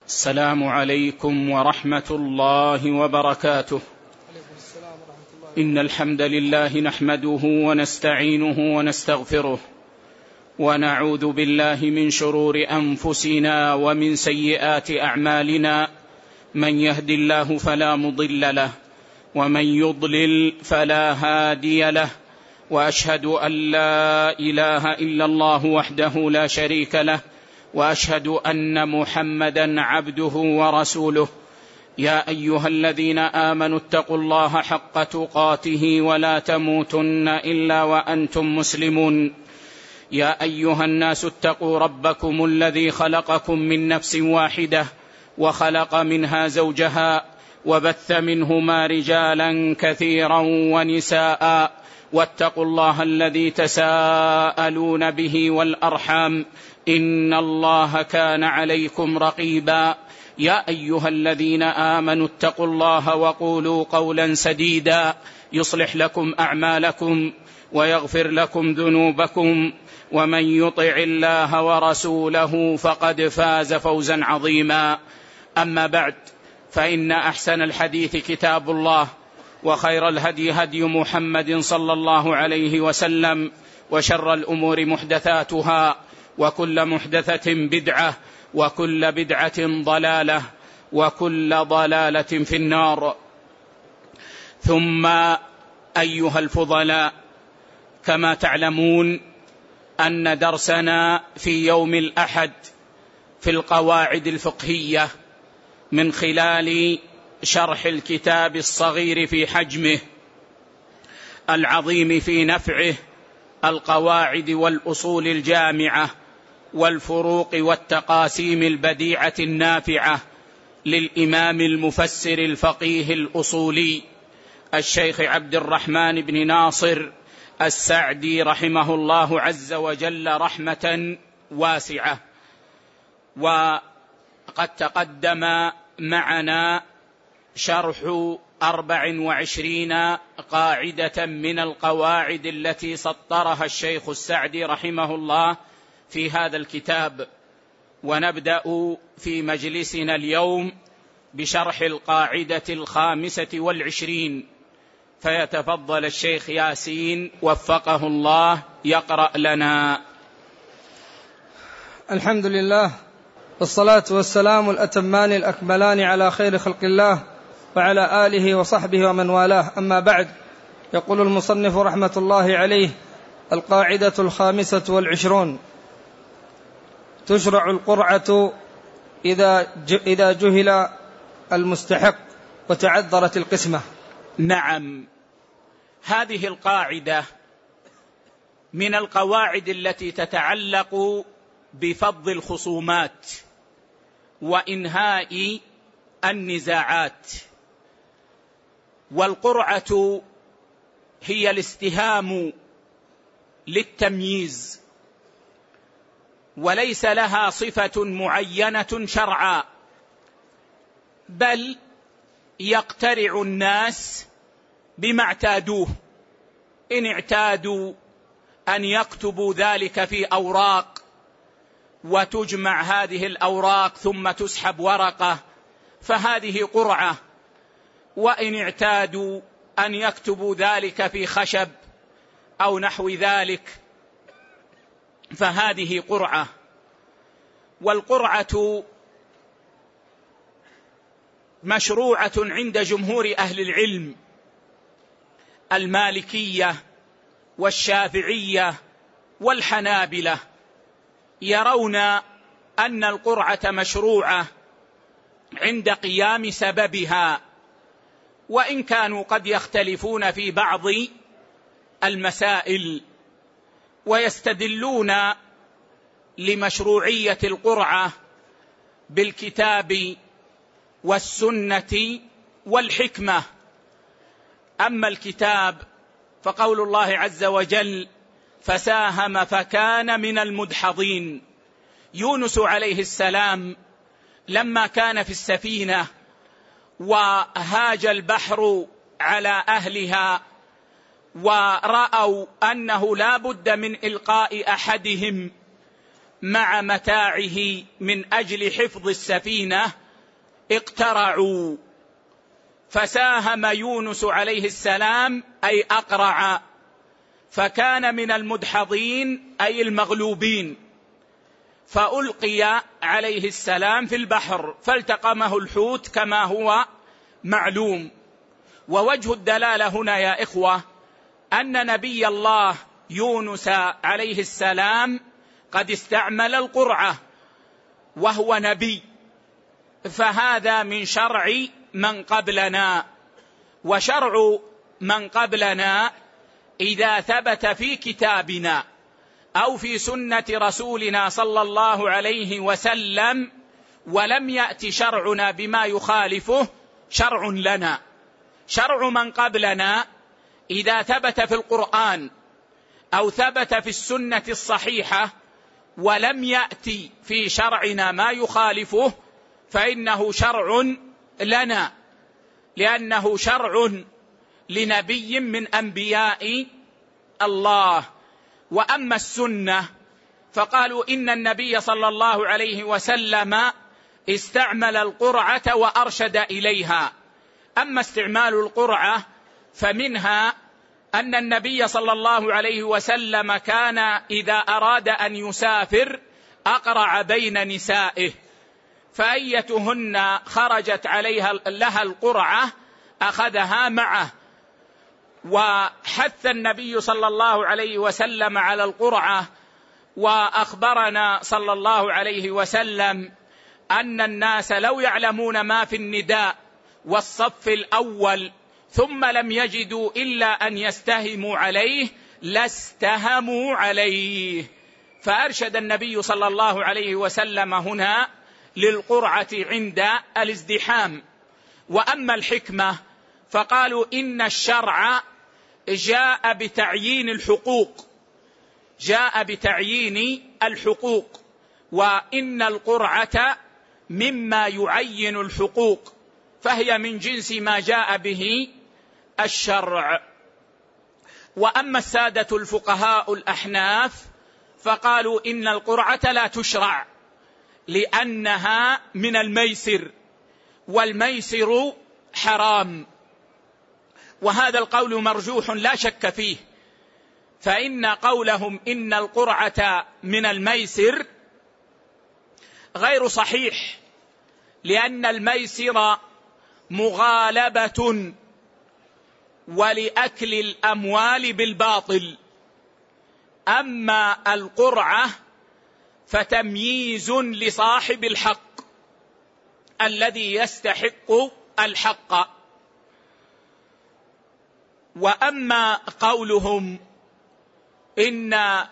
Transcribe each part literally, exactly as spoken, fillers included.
السلام عليكم ورحمة الله وبركاته. إن الحمد لله نحمده ونستعينه ونستغفره ونعوذ بالله من شرور أنفسنا ومن سيئات أعمالنا، من يهد الله فلا مضل له ومن يضلل فلا هادي له، وأشهد أن لا إله إلا الله وحده لا شريك له، وأشهد أن محمدا عبده ورسوله. يا أيها الذين آمنوا اتقوا الله حق تقاته ولا تموتن إلا وأنتم مسلمون. يا أيها الناس اتقوا ربكم الذي خلقكم من نفس واحدة وخلق منها زوجها وبث منهما رجالا كثيرا ونساء، واتقوا الله الذي تساءلون به والأرحام إن الله كان عليكم رقيبا. يا أيها الذين آمنوا اتقوا الله وقولوا قولا سديدا يصلح لكم أعمالكم ويغفر لكم ذنوبكم، ومن يطع الله ورسوله فقد فاز فوزا عظيما. أما بعد، فإن أحسن الحديث كتاب الله، وخير الهدي هدي محمد صلى الله عليه وسلم، وشر الأمور محدثاتها، وكل محدثة بدعة، وكل بدعة ضلالة، وكل ضلالة في النار. ثم أيها الفضلاء، كما تعلمون أن درسنا في يوم الأحد في القواعد الفقهية من خلال شرح الكتاب الصغير في حجمه العظيم في نفعه، القواعد والأصول الجامعة والفروق والتقاسيم البديعة النافعة للإمام المفسر الفقيه الأصولي الشيخ عبد الرحمن بن ناصر السعدي رحمه الله عز وجل رحمة واسعة. وقد تقدم معنا شرح أربع وعشرين قاعدة من القواعد التي سطرها الشيخ السعدي رحمه الله في هذا الكتاب، ونبدأ في مجلسنا اليوم بشرح القاعدة الخامسة والعشرين، فيتفضل الشيخ ياسين وفقه الله يقرأ لنا. الحمد لله، والصلاة والسلام الأتمان الأكملان على خير خلق الله وعلى آله وصحبه ومن والاه. أما بعد، يقول المصنف رحمة الله عليه: القاعدة الخامسة والعشرون: تشرع القرعة إذا جهل المستحق وتعذرت القسمة. نعم، هذه القاعدة من القواعد التي تتعلق بفض الخصومات وإنهاء النزاعات. والقرعة هي الاستهام للتمييز، وليس لها صفة معينة شرعا، بل يقترع الناس بما اعتادوه. إن اعتادوا أن يكتبوا ذلك في أوراق وتجمع هذه الأوراق ثم تسحب ورقة فهذه قرعة، وإن اعتادوا أن يكتبوا ذلك في خشب أو نحو ذلك فهذه قرعة. والقرعة مشروعة عند جمهور أهل العلم، المالكية والشافعية والحنابلة يرون أن القرعة مشروعة عند قيام سببها، وإن كانوا قد يختلفون في بعض المسائل، ويستدلون لمشروعية القرعة بالكتاب والسنة والحكمة. أما الكتاب فقول الله عز وجل: فساهم فكان من المدحضين. يونس عليه السلام لما كان في السفينة وهاج البحر على أهلها ورأوا أنه لا بد من إلقاء أحدهم مع متاعه من أجل حفظ السفينة، اقترعوا، فساهم يونس عليه السلام أي أقرع، فكان من المدحضين أي المغلوبين، فألقي عليه السلام في البحر فالتقمه الحوت كما هو معلوم. ووجه الدلالة هنا يا إخوة أن نبي الله يونس عليه السلام قد استعمل القرعة وهو نبي، فهذا من شرع من قبلنا. وشرع من قبلنا إذا ثبت في كتابنا أو في سنة رسولنا صلى الله عليه وسلم ولم يأت شرعنا بما يخالفه شرع لنا. شرع من قبلنا إذا ثبت في القرآن أو ثبت في السنة الصحيحة ولم يأتي في شرعنا ما يخالفه فإنه شرع لنا، لأنه شرع لنبي من أنبياء الله. وأما السنة فقالوا إن النبي صلى الله عليه وسلم استعمل القرعة وأرشد إليها. أما استعمال القرعة فمنها أن النبي صلى الله عليه وسلم كان إذا أراد أن يسافر أقرع بين نسائه، فأيتهن خرجت عليها لها القرعة أخذها معه. وحث النبي صلى الله عليه وسلم على القرعة، وأخبرنا صلى الله عليه وسلم أن الناس لو يعلمون ما في النداء والصف الأول ثم لم يجدوا إلا أن يستهموا عليه لاستهموا عليه، فأرشد النبي صلى الله عليه وسلم هنا للقرعة عند الازدحام. وأما الحكمة فقالوا إن الشرع جاء بتعيين الحقوق، جاء بتعيين الحقوق، وإن القرعة مما يعين الحقوق، فهي من جنس ما جاء به الشرع. وأما السادة الفقهاء الأحناف فقالوا إن القرعة لا تشرع لأنها من الميسر، والميسر حرام، وهذا القول مرجوح لا شك فيه. فإن قولهم إن القرعة من الميسر غير صحيح، لأن الميسر مغالبة ولأكل الأموال بالباطل، أما القرعة فتمييز لصاحب الحق الذي يستحق الحق. وأما قولهم إن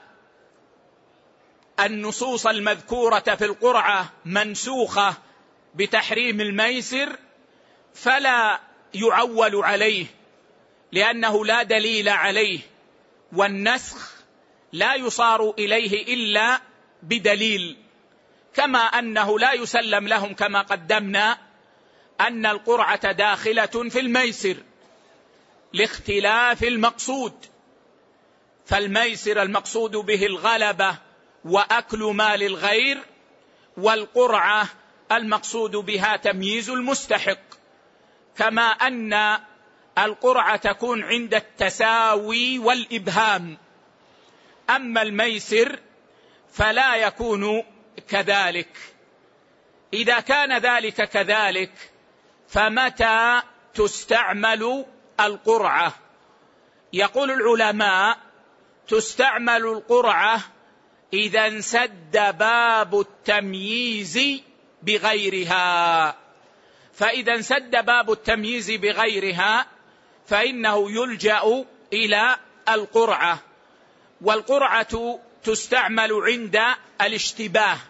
النصوص المذكورة في القرعة منسوخة بتحريم الميسر فلا يعول عليه، لأنه لا دليل عليه، والنسخ لا يصار إليه إلا بدليل، كما أنه لا يسلم لهم كما قدمنا أن القرعة داخلة في الميسر لاختلاف المقصود، فالميسر المقصود به الغلبة وأكل مال الغير، والقرعة المقصود بها تمييز المستحق، كما أن القرعة تكون عند التساوي والإبهام، أما الميسر فلا يكون كذلك. إذا كان ذلك كذلك فمتى تستعمل القرعة؟ يقول العلماء تستعمل القرعة إذا انسد باب التمييز بغيرها، فإذا انسد باب التمييز بغيرها فإنه يلجأ إلى القرعة. والقرعة تستعمل عند الاشتباه،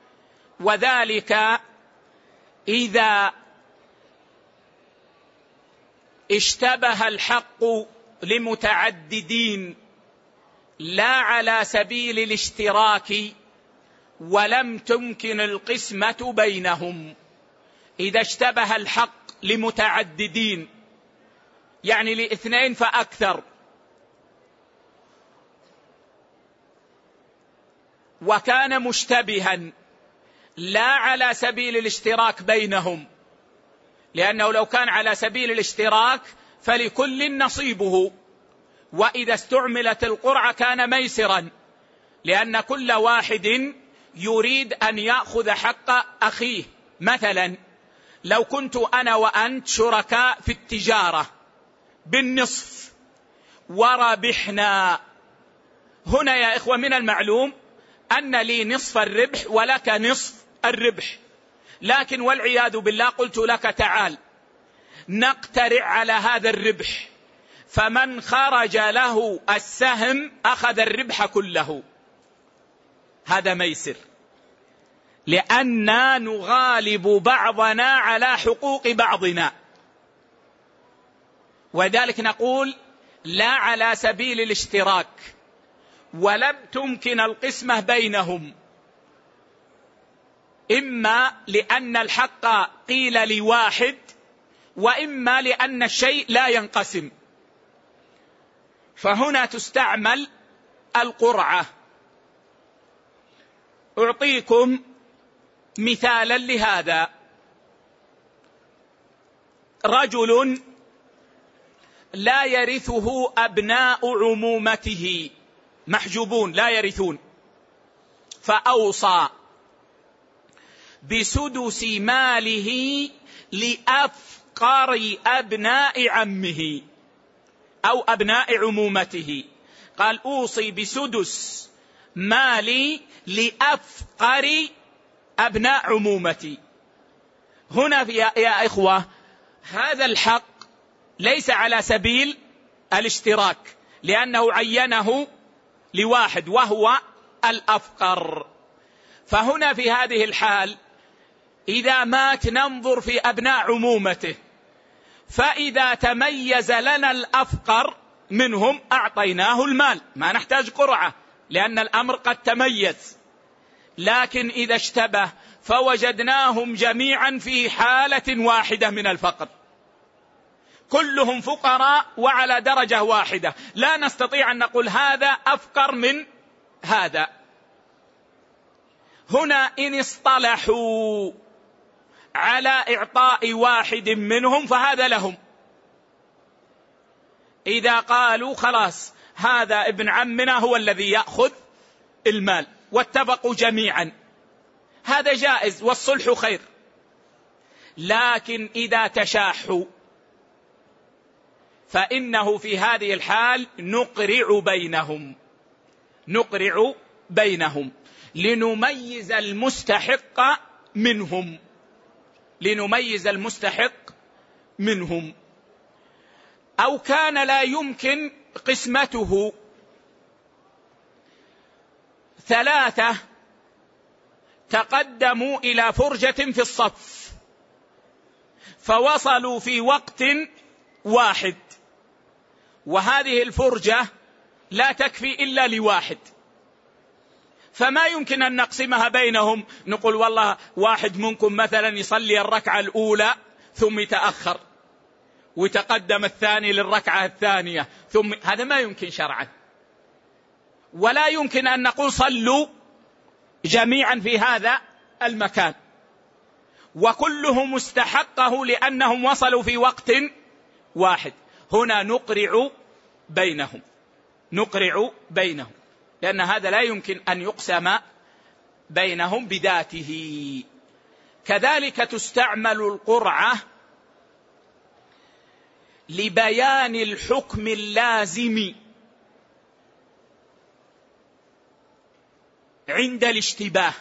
وذلك إذا اشتبه الحق لمتعددين لا على سبيل الاشتراك ولم تمكن القسمة بينهم. إذا اشتبه الحق لمتعددين يعني لاثنين فأكثر، وكان مشتبها لا على سبيل الاشتراك بينهم لأنه لو كان على سبيل الاشتراك فلكل نصيبه، وإذا استعملت القرعة كان ميسرا، لأن كل واحد يريد أن يأخذ حق أخيه. مثلا لو كنت أنا وأنت شركاء في التجارة بالنصف وربحنا، هنا يا إخوة من المعلوم أن لي نصف الربح ولك نصف الربح، لكن والعياذ بالله قلت لك تعال نقترع على هذا الربح، فمن خرج له السهم أخذ الربح كله. هذا ميسر، لأننا نغالب بعضنا على حقوق بعضنا، وذلك نقول لا على سبيل الاشتراك، ولم تمكن القسمة بينهم، إما لأن الحق قيل لواحد، وإما لأن الشيء لا ينقسم، فهنا تستعمل القرعة. أعطيكم مثالا لهذا. رجل لا يرثه أبناء عمومته، محجوبون لا يرثون، فأوصى بسدس ماله لأفقر أبناء عمه أو أبناء عمومته. قال أوصي بسدس مالي لأفقر أبناء عمومتي. هنا يا إخوة هذا الحق ليس على سبيل الاشتراك، لأنه عينه لواحد وهو الأفقر. فهنا في هذه الحال إذا مات ننظر في أبناء عمومته، فإذا تميز لنا الأفقر منهم أعطيناه المال، ما نحتاج قرعة لأن الأمر قد تميز. لكن إذا اشتبه فوجدناهم جميعا في حالة واحدة من الفقر، كلهم فقراء وعلى درجة واحدة، لا نستطيع أن نقول هذا أفقر من هذا. هنا إن اصطلحوا على إعطاء واحد منهم فهذا لهم. إذا قالوا خلاص هذا ابن عمنا هو الذي يأخذ المال واتفقوا جميعا، هذا جائز والصلح خير. لكن إذا تشاحوا فإنه في هذه الحال نقرع بينهم، نقرع بينهم لنميز المستحق منهم، لنميز المستحق منهم. أو كان لا يمكن قسمته، ثلاثة تقدموا إلى فرجة في الصف فوصلوا في وقت واحد، وهذه الفرجة لا تكفي إلا لواحد، فما يمكن أن نقسمها بينهم، نقول والله واحد منكم مثلا يصلي الركعة الأولى ثم يتأخر ويتقدم الثاني للركعة الثانية ثم، هذا ما يمكن شرعا. ولا يمكن أن نقول صلوا جميعا في هذا المكان وكلهم مستحقه لأنهم وصلوا في وقت واحد. هنا نقرع بينهم، نقرع بينهم، لأن هذا لا يمكن أن يقسم بينهم بذاته. كذلك تستعمل القرعة لبيان الحكم اللازم عند الاشتباه.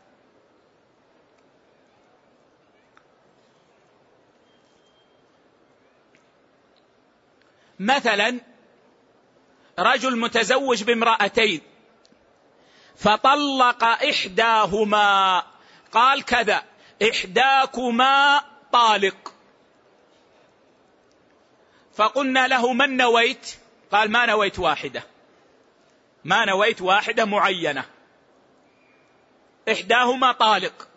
مثلا رجل متزوج بامرأتين فطلق إحداهما، قال كذا إحداكما طالق، فقلنا له من نويت؟ قال ما نويت واحدة، ما نويت واحدة معينة، إحداهما طالق.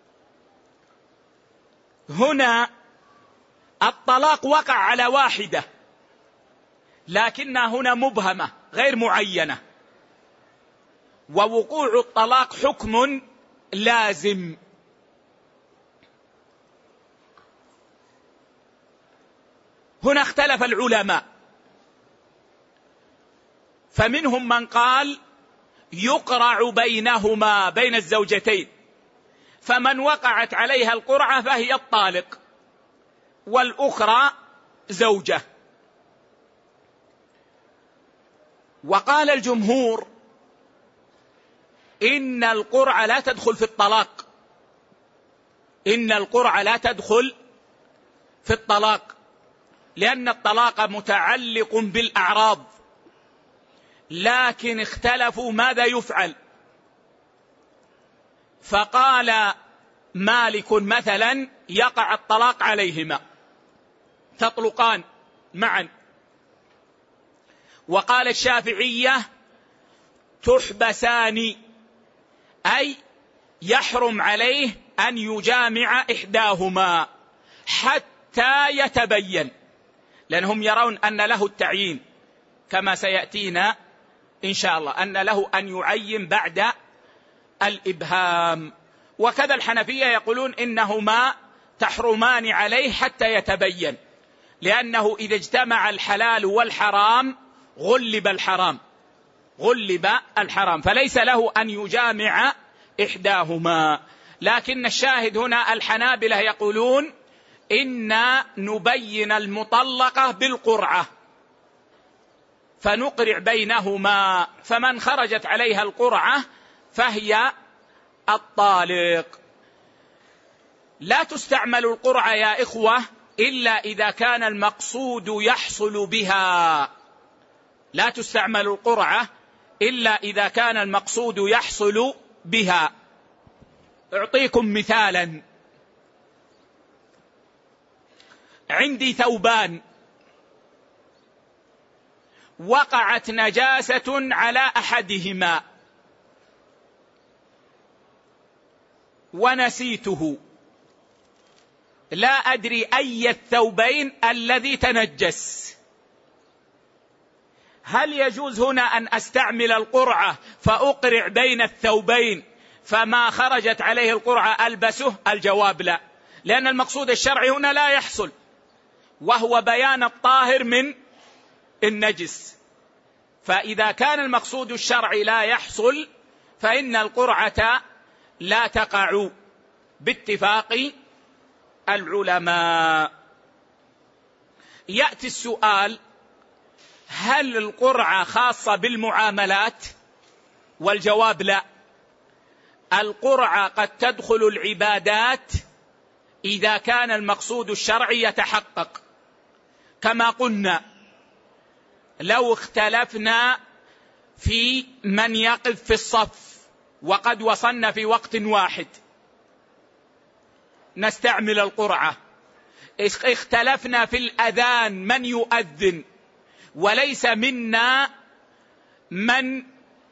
هنا الطلاق وقع على واحدة لكنها هنا مبهمة غير معينة، ووقوع الطلاق حكم لازم. هنا اختلف العلماء، فمنهم من قال يقرع بينهما بين الزوجتين، فمن وقعت عليها القرعة فهي الطالق والأخرى زوجة. وقال الجمهور إن القرعة لا تدخل في الطلاق، إن القرعة لا تدخل في الطلاق، لأن الطلاق متعلق بالأعراض، لكن اختلفوا ماذا يفعل. فقال مالك مثلا يقع الطلاق عليهما، تطلقان معا. وقال الشافعية تحبسان، أي يحرم عليه أن يجامع إحداهما حتى يتبين، لأنهم يرون أن له التعيين كما سيأتينا إن شاء الله، أن له أن يعين بعد الإبهام. وكذا الحنفية يقولون إنهما تحرمان عليه حتى يتبين، لأنه إذا اجتمع الحلال والحرام غلب الحرام، غلب الحرام، فليس له أن يجامع إحداهما. لكن الشاهد هنا الحنابلة يقولون إن نبين المطلقة بالقرعة فنقرع بينهما، فمن خرجت عليها القرعة فهي الطالق. لا تستعمل القرعة يا إخوة إلا إذا كان المقصود يحصل بها، لا تستعمل القرعة إلا إذا كان المقصود يحصل بها. أعطيكم مثالا، عندي ثوبان وقعت نجاسة على أحدهما ونسيته، لا أدري أي الثوبين الذي تنجس، هل يجوز هنا أن أستعمل القرعة فأقرع بين الثوبين فما خرجت عليه القرعة ألبسه؟ الجواب لا، لأن المقصود الشرعي هنا لا يحصل، وهو بيان الطاهر من النجس. فإذا كان المقصود الشرعي لا يحصل فإن القرعة لا تقع باتفاق العلماء. يأتي السؤال: هل القرعة خاصة بالمعاملات؟ والجواب لا، القرعة قد تدخل العبادات إذا كان المقصود الشرعي يتحقق. كما قلنا لو اختلفنا في من يقف في الصف وقد وصلنا في وقت واحد نستعمل القرعة، اختلفنا في الأذان من يؤذن وليس منا من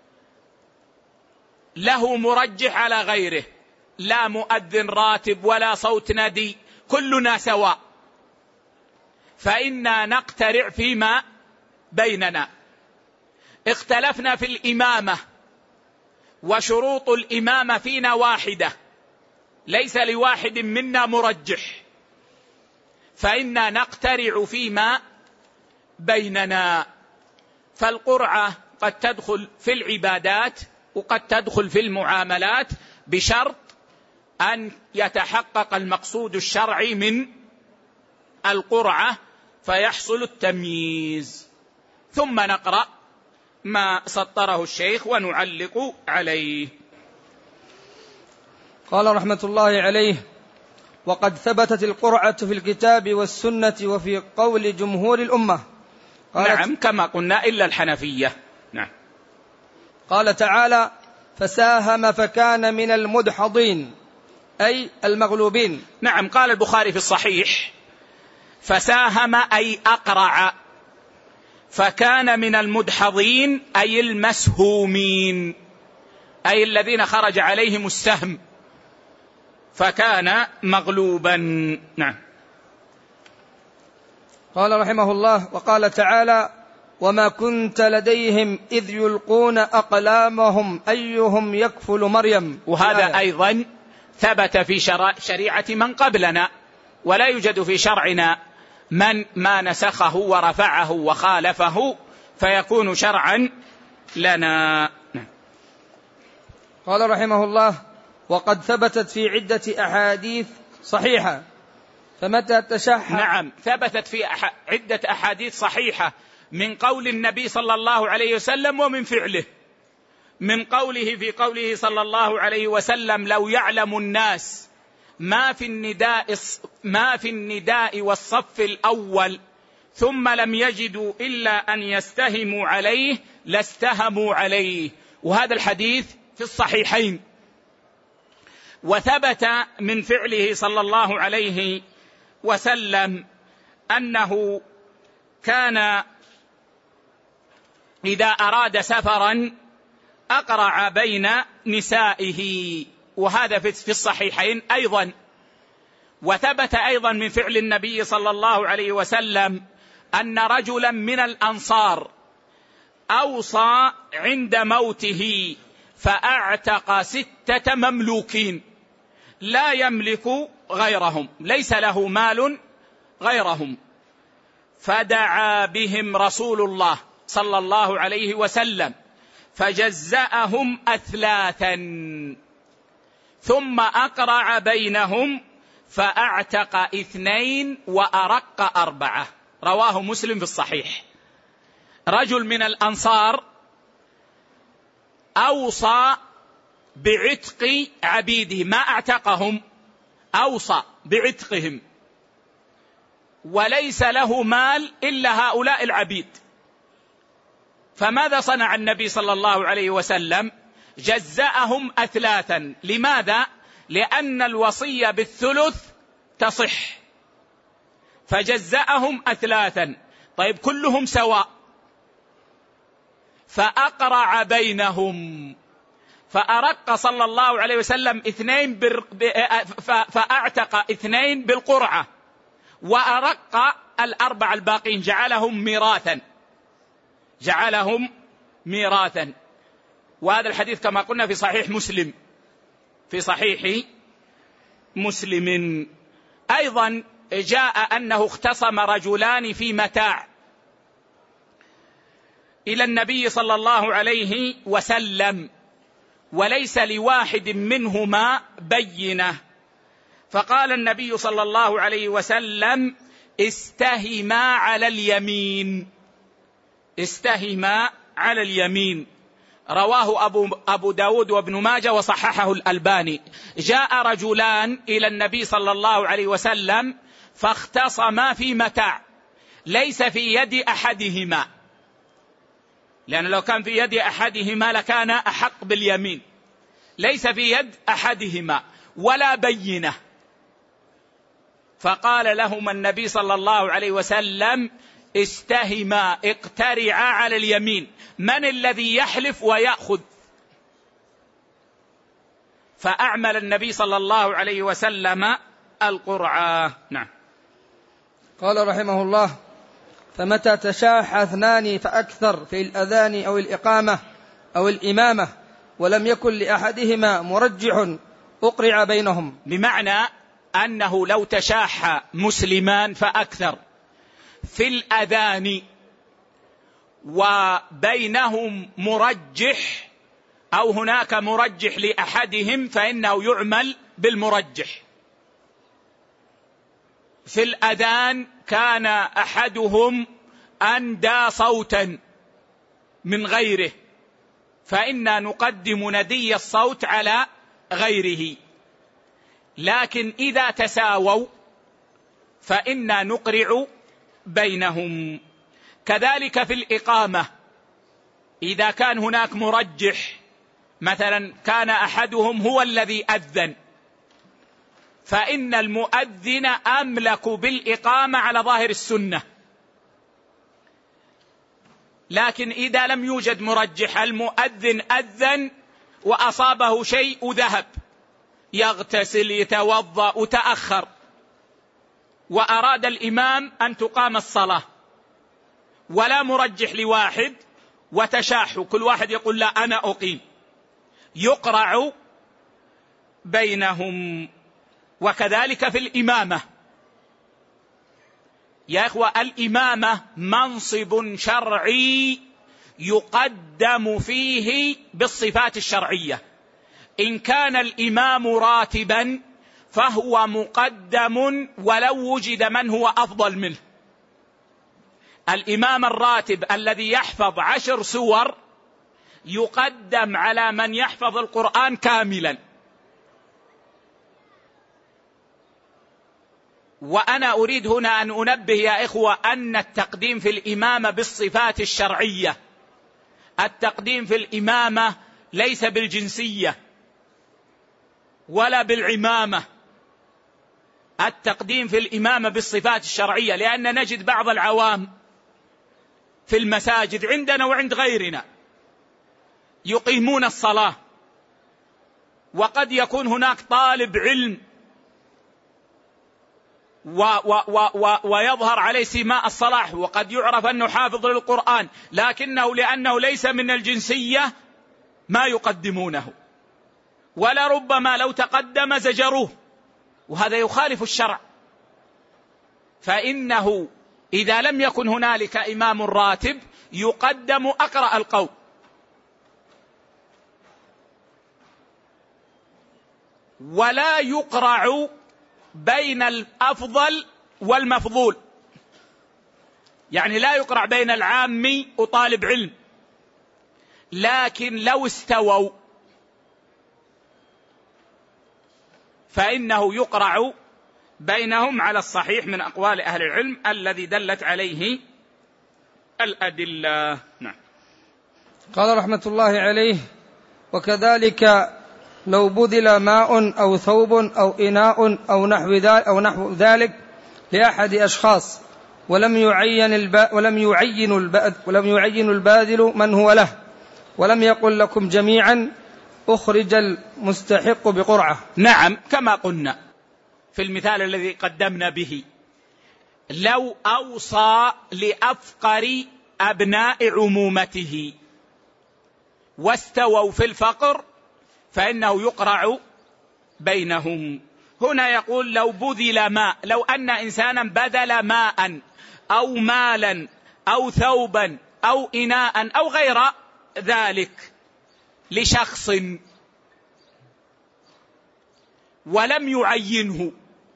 له مرجح على غيره، لا مؤذن راتب ولا صوت ندي، كلنا سواء، فإنا نقترع فيما بيننا. اختلفنا في الإمامة وشروط الإمامة فينا واحدة، ليس لواحد منا مرجح، فإنا نقترع فيما بيننا. فالقرعة قد تدخل في العبادات وقد تدخل في المعاملات بشرط أن يتحقق المقصود الشرعي من القرعة فيحصل التمييز. ثم نقرأ ما سطره الشيخ ونعلق عليه. قال رحمة الله عليه: وقد ثبتت القرعة في الكتاب والسنة وفي قول جمهور الأمة. نعم كما قلنا إلا الحنفية. نعم. قال تعالى: فساهم فكان من المدحضين، أي المغلوبين. نعم. قال البخاري في الصحيح: فساهم أي أقرع، فكان من المدحضين أي المسهومين، أي الذين خرج عليهم السهم، فكان مغلوبا. نعم. قال رحمه الله: وقال تعالى: وما كنت لديهم إذ يلقون أقلامهم أيهم يكفل مريم. وهذا أيضا ثبت في شريعة من قبلنا، ولا يوجد في شرعنا من ما نسخه ورفعه وخالفه فيكون شرعا لنا. قال رحمه الله: وقد ثبتت في عدة أحاديث صحيحة، فمتى تشحح. نعم، ثبتت في أح... عدة أحاديث صحيحة من قول النبي صلى الله عليه وسلم ومن فعله. من قوله في قوله صلى الله عليه وسلم: لو يعلم الناس ما في النداء ما في النداء والصف الأول ثم لم يجدوا إلا أن يستهموا عليه لاستهموا عليه. وهذا الحديث في الصحيحين. وثبت من فعله صلى الله عليه وسلم أنه كان إذا أراد سفرا أقرع بين نسائه، وهذا في الصحيحين أيضا. وثبت أيضا من فعل النبي صلى الله عليه وسلم أن رجلا من الأنصار أوصى عند موته فأعتق ستة مملوكين لا يملك غيرهم، ليس له مال غيرهم، فدعا بهم رسول الله صلى الله عليه وسلم فجزأهم أثلاثا ثم أقرع بينهم فأعتق اثنين وأرق أربعة. رواه مسلم في الصحيح. رجل من الأنصار أوصى بعتق عبيده، ما أعتقهم، أوصى بعتقهم، وليس له مال إلا هؤلاء العبيد. فماذا صنع النبي صلى الله عليه وسلم؟ جزأهم أثلاثا. لماذا؟ لأن الوصية بالثلث تصح، فجزأهم أثلاثا. طيب كلهم سواء، فأقرع بينهم فأرق صلى الله عليه وسلم اثنين بر... فأعتق اثنين بالقرعة وأرق الأربع الباقين، جعلهم ميراثا جعلهم ميراثا. وهذا الحديث كما قلنا في صحيح مسلم في صحيح مسلم. أيضا جاء أنه اختصم رجلان في متاع إلى النبي صلى الله عليه وسلم وليس لواحد منهما بينة، فقال النبي صلى الله عليه وسلم: استهما على اليمين استهما على اليمين. رواه أبو, أبو داود وابن ماجه وصححه الألباني. جاء رجلان إلى النبي صلى الله عليه وسلم فاختصما في متاع ليس في يد أحدهما، لأن لو كان في يد أحدهما لكان أحق باليمين. ليس في يد أحدهما ولا بينة، فقال لهما النبي صلى الله عليه وسلم: استهما، اقترعا على اليمين، من الذي يحلف ويأخذ؟ فأعمل النبي صلى الله عليه وسلم القرعة. نعم. قال رحمه الله: فمتى تشاح اثنان فأكثر في الأذان أو الإقامة أو الإمامة ولم يكن لأحدهما مرجح أقرع بينهم. بمعنى أنه لو تشاح مسلمان فأكثر في الأذان وبينهم مرجح أو هناك مرجح لأحدهم فإنه يعمل بالمرجح. في الأذان كان أحدهم أندى صوتا من غيره، فإنا نقدم ندي الصوت على غيره، لكن إذا تساووا فإنا نقرع بينهم. كذلك في الإقامة، إذا كان هناك مرجح، مثلا كان أحدهم هو الذي أذن، فإن المؤذن أملك بالإقامة على ظاهر السنة. لكن إذا لم يوجد مرجح، المؤذن أذن وأصابه شيء ذهب، يغتسل يتوضأ وتأخر، وأراد الإمام أن تقام الصلاة ولا مرجح لواحد وتشاحوا، كل واحد يقول لا أنا أقيم، يقرع بينهم. وكذلك في الإمامة، يا إخوة الإمامة منصب شرعي يقدم فيه بالصفات الشرعية. إن كان الإمام راتبا فهو مقدم ولو وجد من هو أفضل منه. الإمام الراتب الذي يحفظ عشر سور يقدم على من يحفظ القرآن كاملا. وأنا أريد هنا أن أنبه يا إخوة أن التقديم في الإمامة بالصفات الشرعية، التقديم في الإمامة ليس بالجنسية ولا بالعمامة، التقديم في الإمامة بالصفات الشرعية. لأن نجد بعض العوام في المساجد عندنا وعند غيرنا يقيمون الصلاة، وقد يكون هناك طالب علم و و و و ويظهر عليه سماء الصلاح، وقد يعرف أنه حافظ للقرآن، لكنه لأنه ليس من الجنسية ما يقدمونه، ولربما لو تقدم زجروه، وهذا يخالف الشرع. فإنه إذا لم يكن هنالك إمام راتب يقدم أقرأ القوم. ولا يقرع بين الأفضل والمفضول، يعني لا يقرع بين العامي وطالب علم، لكن لو استووا فإنه يقرع بينهم على الصحيح من أقوال أهل العلم الذي دلت عليه الأدلة. نعم. قال رحمة الله عليه: وكذلك لو بذل ماء أو ثوب أو إناء أو نحو ذلك, أو نحو ذلك لأحد أشخاص ولم يعين الب... ولم يعين الب... ولم يعين الباذل من هو له، ولم يقل لكم جميعا أخرج المستحق بقرعة. نعم، كما قلنا في المثال الذي قدمنا به، لو أوصى لأفقر أبناء عمومته واستووا في الفقر فإنه يقرع بينهم. هنا يقول لو بذل ماء، لو أن إنسانا بذل ماء أو مالا أو ثوبا أو إناء أو غير ذلك لشخص ولم يعينه،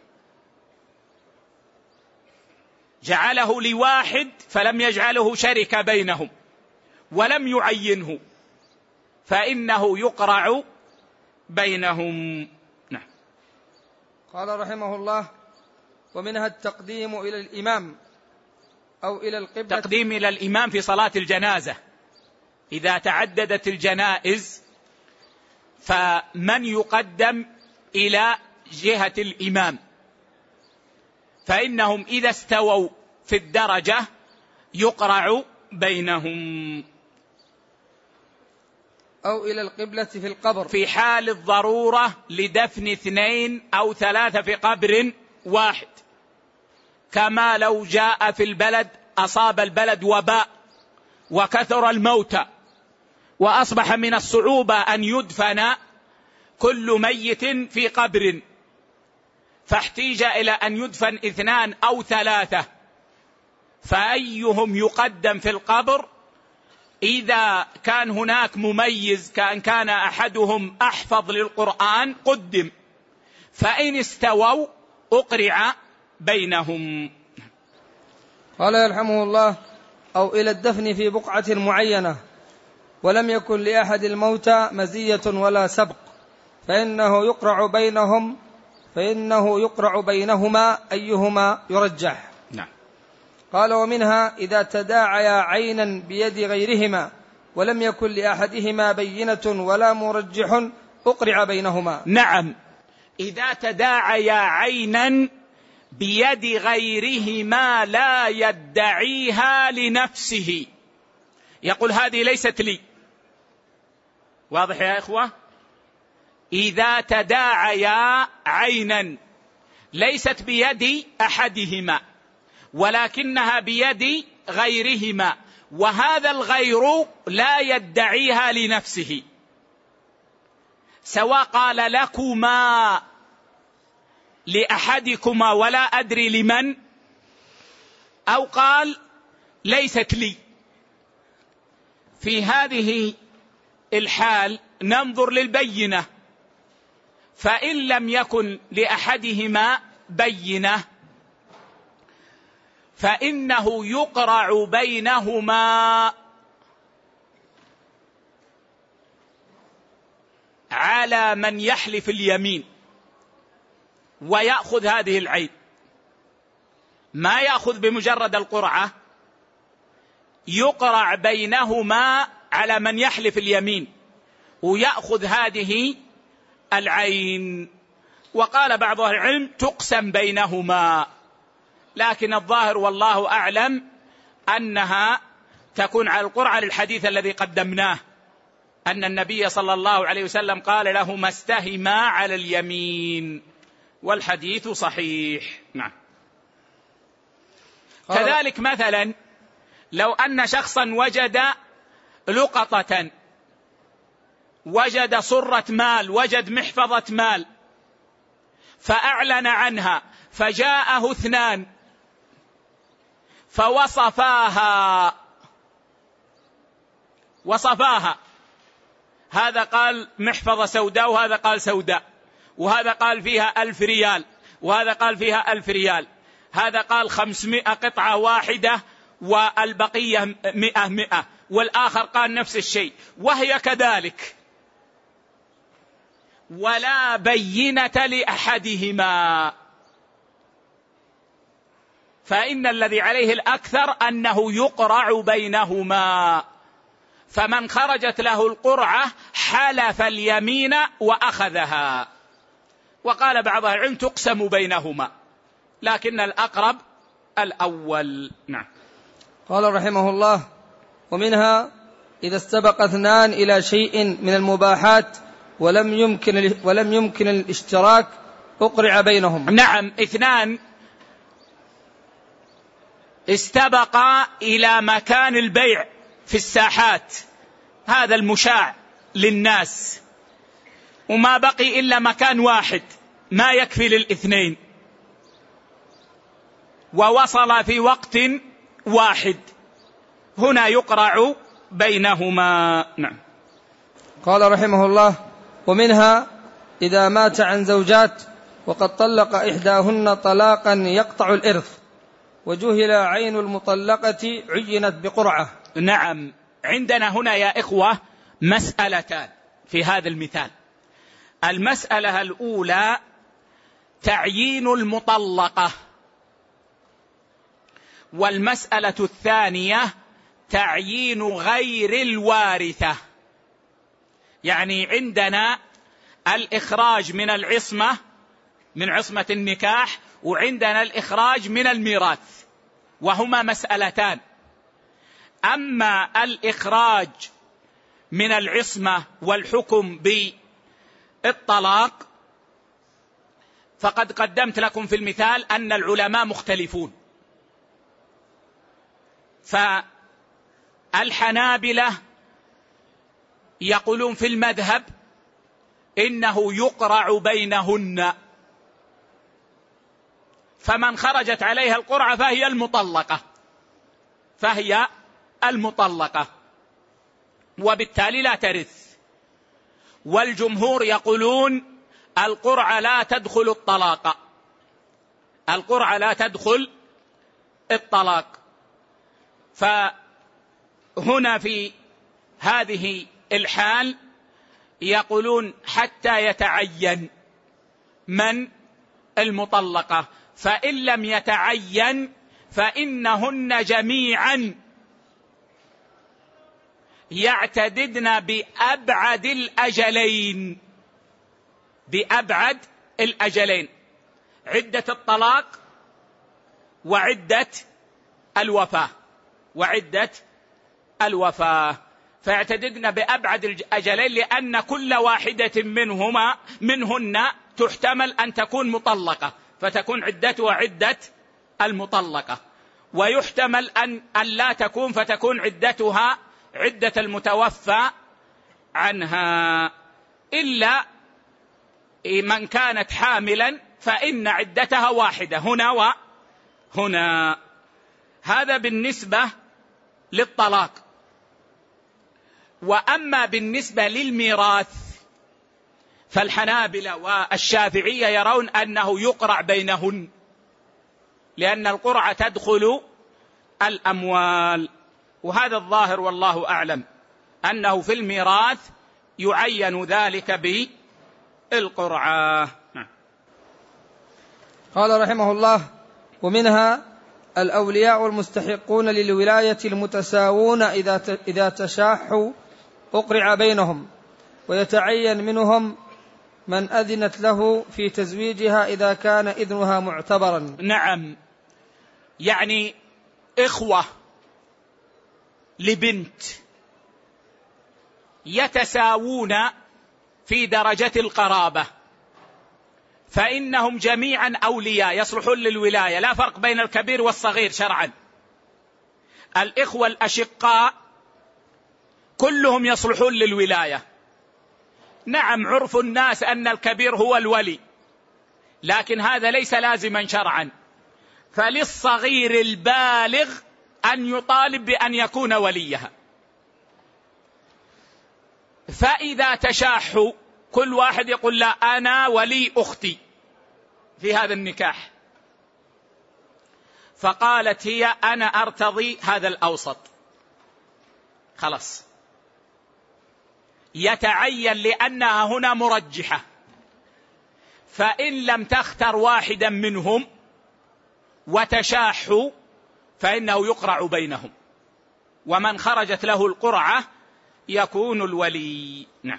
جعله لواحد فلم يجعله شرك بينهم ولم يعينه، فإنه يقرع بينهم. نعم. قال رحمه الله: ومنها التقديم إلى الإمام أو إلى القبلة. تقديم إلى الإمام في صلاة الجنازة، إذا تعددت الجنائز فمن يقدم إلى جهة الإمام، فإنهم إذا استووا في الدرجة يقرع بينهم. أو إلى القبلة في القبر، في حال الضرورة لدفن اثنين أو ثلاثة في قبر واحد، كما لو جاء في البلد أصاب البلد وباء وكثر الموتى وأصبح من الصعوبة أن يدفن كل ميت في قبر، فاحتيج إلى أن يدفن اثنان أو ثلاثة، فأيهم يقدم في القبر؟ إذا كان هناك مميز كأن كان أحدهم أحفظ للقرآن قدم، فإن استووا أقرع بينهم. قال يرحمه الله: أو إلى الدفن في بقعة معينة ولم يكن لأحد الموتى مزية ولا سبق، فإنه يقرع بينهم فإنه يقرع بينهما أيهما يرجح. نعم. قال: ومنها إذا تداعيا عينا بيد غيرهما ولم يكن لأحدهما بينة ولا مرجح أقرع بينهما. نعم، إذا تداعيا عينا بيد غيرهما لا يدعيها لنفسه، يقول هذه ليست لي. واضح يا إخوة؟ إذا تداعيا عينا ليست بيد أحدهما ولكنها بيد غيرهما، وهذا الغير لا يدعيها لنفسه، سواء قال لكما لأحدكما ولا أدري لمن، أو قال ليست لي. في هذه الحال ننظر للبينة، فإن لم يكن لأحدهما بينة فإنه يقرع بينهما على من يحلف اليمين ويأخذ هذه العين، ما يأخذ بمجرد القرعة، يقرع بينهما على من يحلف اليمين ويأخذ هذه العين. وقال بعض أهل العلم تقسم بينهما، لكن الظاهر والله أعلم أنها تكون على القرعة للحديث الذي قدمناه أن النبي صلى الله عليه وسلم قال لهما استهما على اليمين، والحديث صحيح. نعم. كذلك مثلا لو أن شخصا وجد لقطة، وجد صرة مال، وجد محفظة مال، فأعلن عنها، فجاءه اثنان فوصفاها وصفاها هذا قال محفظة سوداء وهذا قال سوداء، وهذا قال فيها ألف ريال وهذا قال فيها ألف ريال، هذا قال خمسمائة قطعة واحدة والبقية مئة مئة، والآخر قال نفس الشيء وهي كذلك، ولا بينة لأحدهما، فإن الذي عليه الأكثر أنه يقرع بينهما، فمن خرجت له القرعة حلف اليمين وأخذها. وقال بعض أهل العلم تقسم بينهما، لكن الأقرب الأول. نعم. قال رحمه الله: ومنها إذا استبق اثنان إلى شيء من المباحات ولم يمكن ولم يمكن الاشتراك أقرع بينهم. نعم، اثنان استبقا إلى مكان البيع في الساحات، هذا المشاع للناس، وما بقي إلا مكان واحد ما يكفي للاثنين، ووصل في وقت واحد، هنا يقرع بينهما. نعم. قال رحمه الله: ومنها إذا مات عن زوجات وقد طلق إحداهن طلاقا يقطع الإرث وجهل عين المطلقة عينت بقرعة. نعم، عندنا هنا يا إخوة مسألتان في هذا المثال. المسألة الأولى تعيين المطلقة، والمسألة الثانية تعيين غير الوارثة. يعني عندنا الإخراج من العصمة، من عصمة النكاح، وعندنا الإخراج من الميراث، وهما مسألتان. أما الإخراج من العصمة والحكم بالطلاق فقد قدمت لكم في المثال أن العلماء مختلفون، فالحنابلة يقولون في المذهب إنه يقرع بينهن، فمن خرجت عليها القرعة فهي المطلقة فهي المطلقة وبالتالي لا ترث. والجمهور يقولون القرعة لا تدخل الطلاق، القرعة لا تدخل الطلاق. فهنا في هذه الحال يقولون حتى يتعين من المطلقة، فإن لم يتعين فإنهن جميعا يعتددن بأبعد الأجلين، بأبعد الأجلين، عدة الطلاق وعدة الوفاة وعدة الوفاة، فيعتددن بأبعد الأجلين، لأن كل واحدة منهما منهن تحتمل أن تكون مطلقة فتكون عدتها عدة المطلقة، ويحتمل أن, أن لا تكون فتكون عدتها عدة المتوفى عنها، إلا من كانت حاملا فإن عدتها واحدة هنا وهنا. هذا بالنسبة للطلاق. وأما بالنسبة للميراث فالحنابلة والشافعية يرون أنه يقرع بينهن، لأن القرعة تدخل الأموال، وهذا الظاهر والله أعلم أنه في الميراث يعين ذلك بالقرعة. قال رحمه الله: ومنها الأولياء المستحقون للولاية المتساوون إذا تشاحوا أقرع بينهم، ويتعين منهم من أذنت له في تزويجها إذا كان إذنها معتبرا. نعم، يعني إخوة لبنت يتساوون في درجة القرابة، فإنهم جميعا أولياء يصلحون للولاية، لا فرق بين الكبير والصغير شرعا. الإخوة الأشقاء كلهم يصلحون للولاية. نعم، عرف الناس أن الكبير هو الولي، لكن هذا ليس لازما شرعا، فللصغير البالغ أن يطالب بأن يكون وليها. فإذا تشاحوا كل واحد يقول: لا، أنا ولي أختي في هذا النكاح، فقالت هي: أنا أرتضي هذا الأوسط، خلاص يتعين لأنها هنا مرجحة، فإن لم تختر واحدا منهم وتشاحوا فإنه يقرع بينهم، ومن خرجت له القرعة يكون الولي. نعم.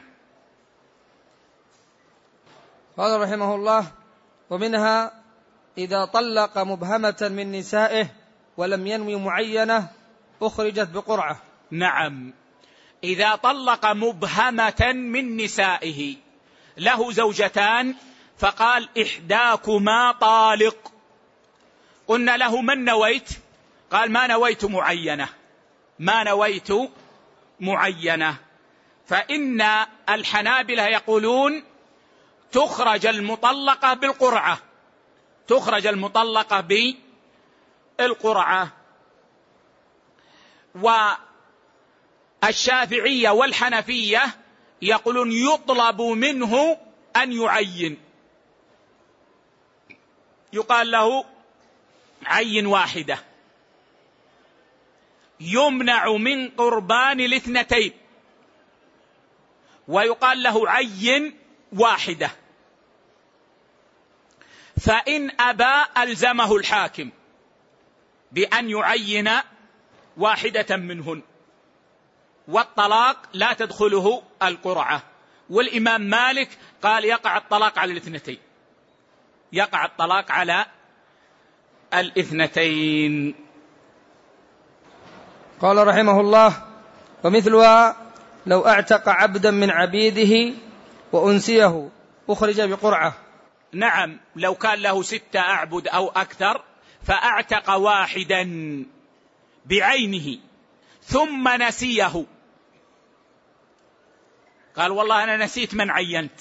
قال رحمه الله: ومنها إذا طلق مبهمة من نسائه ولم ينوي معينة أخرجت بقرعة. نعم، إذا طلق مبهمة من نسائه، له زوجتان فقال: إحداكما طالق، قلنا له: من نويت؟ قال: ما نويت معينة، ما نويت معينة. فإن الحنابلة يقولون تخرج المطلقة بالقرعة، تخرج المطلقة بالقرعة. والشافعية والحنفية يقولون يطلب منه أن يعين، يقال له: عين واحدة، يمنع من قربان الاثنتين، ويقال له: عين واحدة. فإن أبى ألزمه الحاكم بأن يعين واحدة منهن، والطلاق لا تدخله القرعة. والإمام مالك قال: يقع الطلاق على الاثنتين، يقع الطلاق على الاثنتين. قال رحمه الله: ومثلها لو اعتق عبدا من عبيده وأنسيه أخرج بقرعة. نعم، لو كان له ستة أعبد أو أكثر فأعتق واحدا بعينه ثم نسيه، قال: والله أنا نسيت من عينت،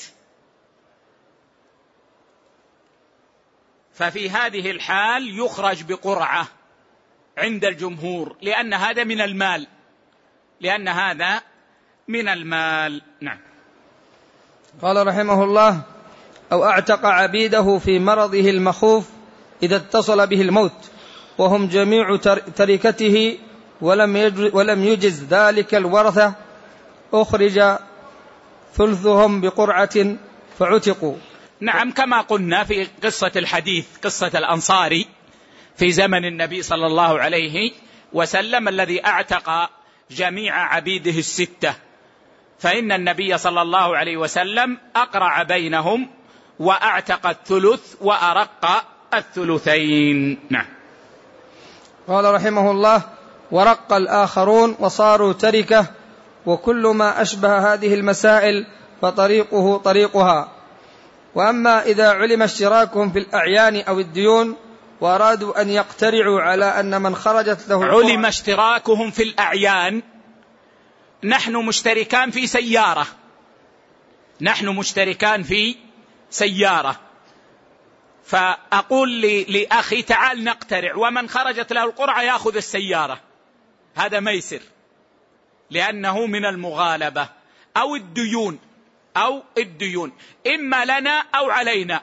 ففي هذه الحال يخرج بقرعة عند الجمهور، لأن هذا من المال، لأن هذا من المال. نعم. قال رحمه الله: أو اعتق عبيده في مرضه المخوف إذا اتصل به الموت وهم جميع تركته ولم يجز ذلك الورثة أخرج ثلثهم بقرعة فعتقوا. نعم، كما قلنا في قصة الحديث، قصة الأنصاري في زمن النبي صلى الله عليه وسلم الذي اعتق جميع عبيده الستة، فإن النبي صلى الله عليه وسلم أقرع بينهم وأعتق الثلث وأرق الثلثين. نعم. قال رحمه الله: ورق الآخرون وصاروا تركة، وكل ما أشبه هذه المسائل فطريقه طريقها. وأما إذا علم اشتراكهم في الأعيان أو الديون وأرادوا أن يقترعوا على أن من خرجت له علم اشتراكهم في الأعيان، نحن مشتركان في سيارة، نحن مشتركان في سيارة، فأقول لأخي تعال نقترع، ومن خرجت له القرعة يأخذ السيارة، هذا ميسر لأنه من المغالبة. أو الديون، أو الديون إما لنا أو علينا.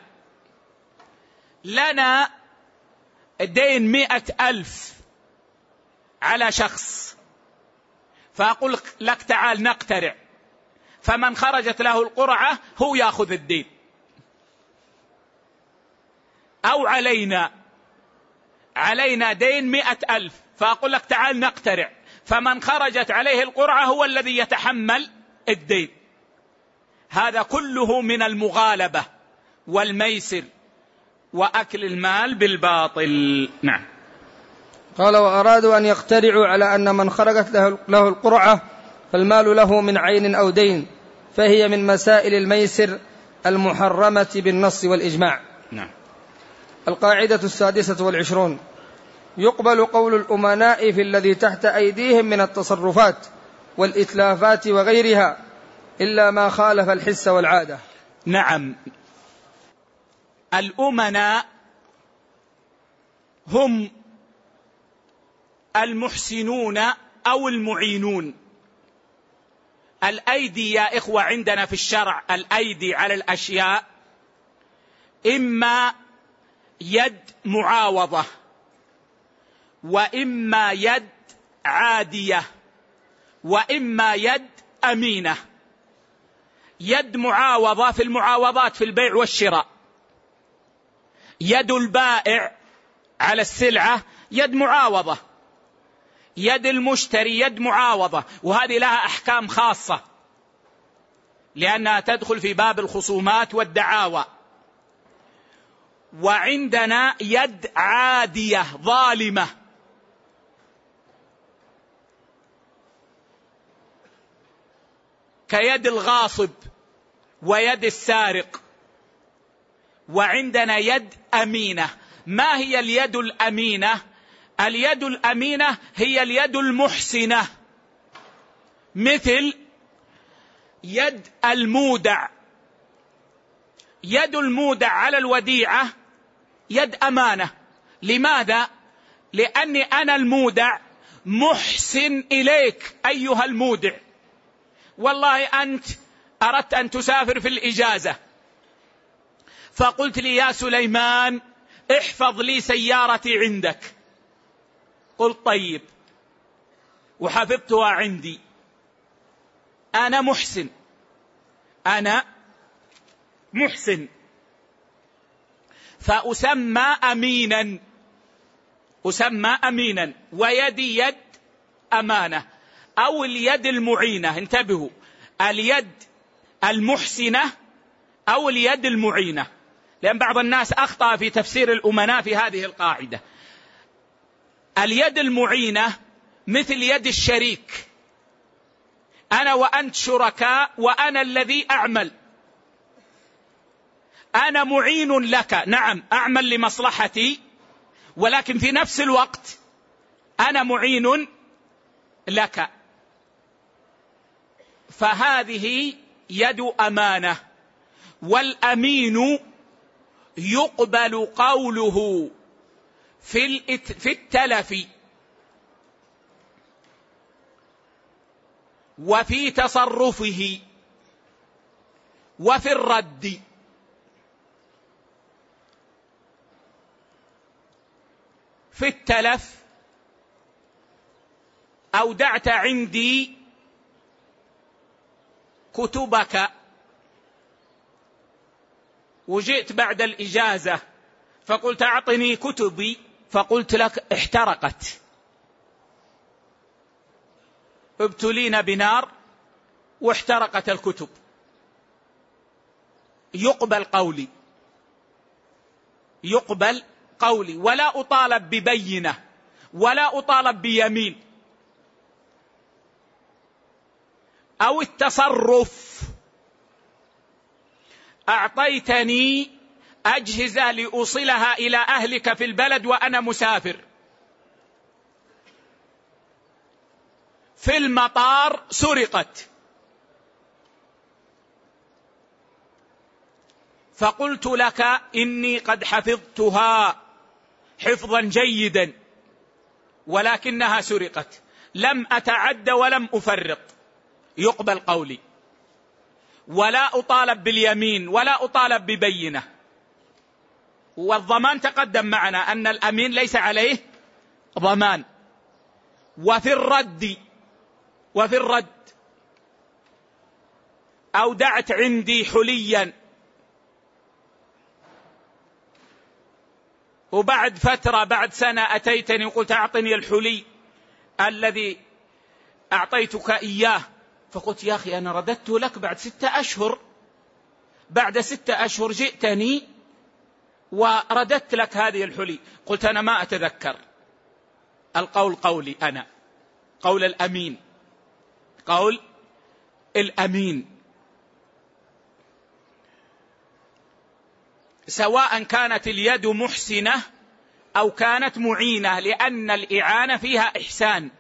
لنا دين مئة ألف على شخص، فأقول لك تعال نقترع، فمن خرجت له القرعة هو يأخذ الدين. أو علينا، علينا دين مئة ألف، فأقول لك تعال نقترع، فمن خرجت عليه القرعة هو الذي يتحمل الدين. هذا كله من المغالبة والميسر وأكل المال بالباطل. نعم. قال: وأرادوا أن يقترعوا على أن من خرجت له القرعة فالمال له من عين أو دين، فهي من مسائل الميسر المحرمة بالنص والإجماع. نعم. القاعدة السادسة والعشرون: يقبل قول الأمناء في الذي تحت أيديهم من التصرفات والإتلافات وغيرها إلا ما خالف الحس والعادة. نعم. الأمناء هم المحسنون أو المعينون. الأيدي يا إخوة عندنا في الشرع، الأيدي على الأشياء إما يد معاوضة، وإما يد عادية، وإما يد أمينة. يد معاوضة في المعاوضات في البيع والشراء، يد البائع على السلعة يد معاوضة، يد المشتري يد معاوضة، وهذه لها أحكام خاصة لأنها تدخل في باب الخصومات والدعاوى. وعندنا يد عادية ظالمة، كيد الغاصب ويد السارق. وعندنا يد أمينة. ما هي اليد الأمينة؟ اليد الأمينة هي اليد المحسنة، مثل يد المودع. يد المودع على الوديعة يد أمانة. لماذا؟ لأني أنا المودع محسن إليك أيها المودع. والله أنت أردت أن تسافر في الإجازة، فقلت لي يا سليمان احفظ لي سيارتي عندك، قلت طيب، وحفظتها عندي. أنا محسن، أنا محسن، فأسمى أمينا، أسمى أمينا. ويدي يد أمانة أو اليد المعينة. انتبهوا، اليد المحسنة أو اليد المعينة، لأن بعض الناس أخطأ في تفسير الأمناء في هذه القاعدة. اليد المعينة مثل يد الشريك، أنا وأنت شركاء وأنا الذي أعمل، أنا معين لك، نعم أعمل لمصلحتي، ولكن في نفس الوقت أنا معين لك. فهذه يد أمانة. والأمين يقبل قوله في في التلف وفي تصرفه وفي الرد. في التلف: أودعت عندي كتبك وجئت بعد الإجازة فقلت أعطني كتبي، فقلت لك احترقت، ابتلينا بنار واحترقت الكتب. يقبل قولي، يقبل قولي، ولا أطالب ببينة ولا أطالب بيمين. أو التصرف: أعطيتني أجهزة لأوصلها إلى أهلك في البلد وأنا مسافر، في المطار سرقت، فقلت لك إني قد حفظتها حفظا جيدا ولكنها سرقت، لم أتعد ولم أفرط، يقبل قولي، ولا أطالب باليمين ولا أطالب ببينة. والضمان تقدم معنا أن الأمين ليس عليه ضمان. وفي الرد وفي الرد أودعت عندي حليا، وبعد فترة بعد سنة أتيتني وقلت أعطني الحلي الذي أعطيتك إياه، فقلت يا أخي أنا رددت لك بعد ستة أشهر، بعد ستة أشهر جئتني ورددت لك هذه الحلي. قلت أنا ما أتذكر، القول قولي أنا، قول الأمين، قول الأمين، سواء كانت اليد محسنة أو كانت معينة، لأن الإعانة فيها إحسان.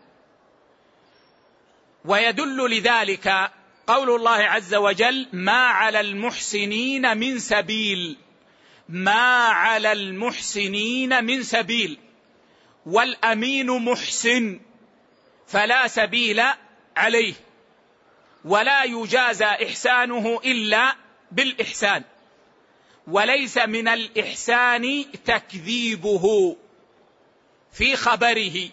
ويدل لذلك قول الله عز وجل: ما على المحسنين من سبيل، ما على المحسنين من سبيل، والأمين محسن فلا سبيل عليه، ولا يجازى إحسانه إلا بالإحسان، وليس من الإحسان تكذيبه في خبره.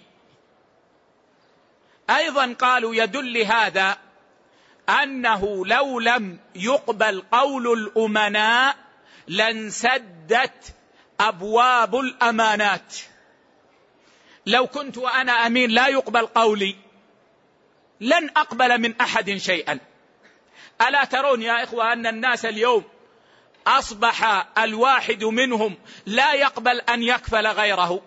أيضا قالوا يدل هذا أنه لو لم يقبل قول الأمناء لانسدت أبواب الأمانات. لو كنت وأنا أمين لا يقبل قولي لن أقبل من أحد شيئا. ألا ترون يا إخوة أن الناس اليوم أصبح الواحد منهم لا يقبل أن يكفل غيره؟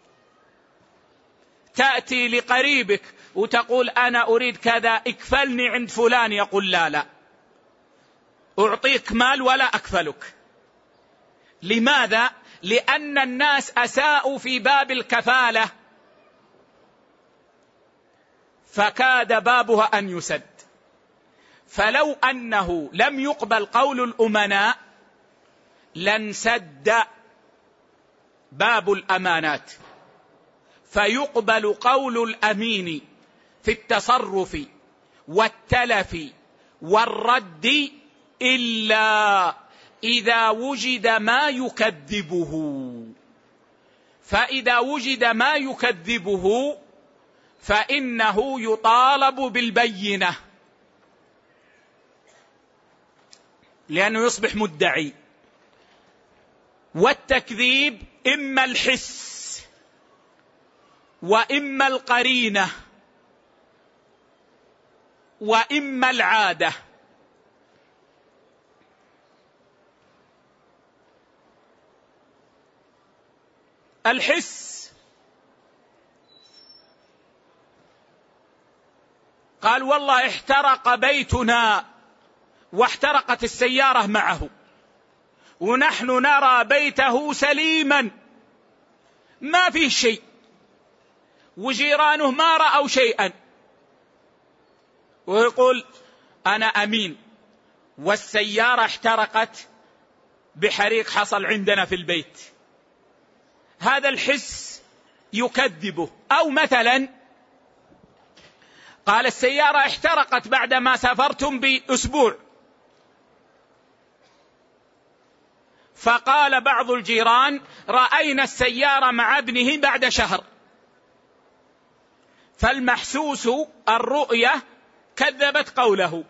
تأتي لقريبك وتقول أنا أريد كذا اكفلني عند فلان، يقول لا لا أعطيك مال ولا أكفلك. لماذا؟ لأن الناس أساءوا في باب الكفالة فكاد بابها أن يسد. فلو أنه لم يقبل قول الأمناء لانسد باب الأمانات، فيقبل قول الأمين في التصرف والتلف والرد إلا إذا وجد ما يكذبه. فإذا وجد ما يكذبه فإنه يطالب بالبينة، لأنه يصبح مدعي. والتكذيب إما الحس وإما القرينة وإما العادة. الحس قال والله احترق بيتنا واحترقت السيارة معه، ونحن نرى بيته سليما ما فيه شيء، وجيرانه ما رأوا شيئا، ويقول أنا أمين والسيارة احترقت بحريق حصل عندنا في البيت. هذا الحس يكذبه. أو مثلا قال السيارة احترقت بعدما سافرتم بأسبوع، فقال بعض الجيران رأينا السيارة مع ابنه بعد شهر، فالمحسوس الرؤية كذبت قوله.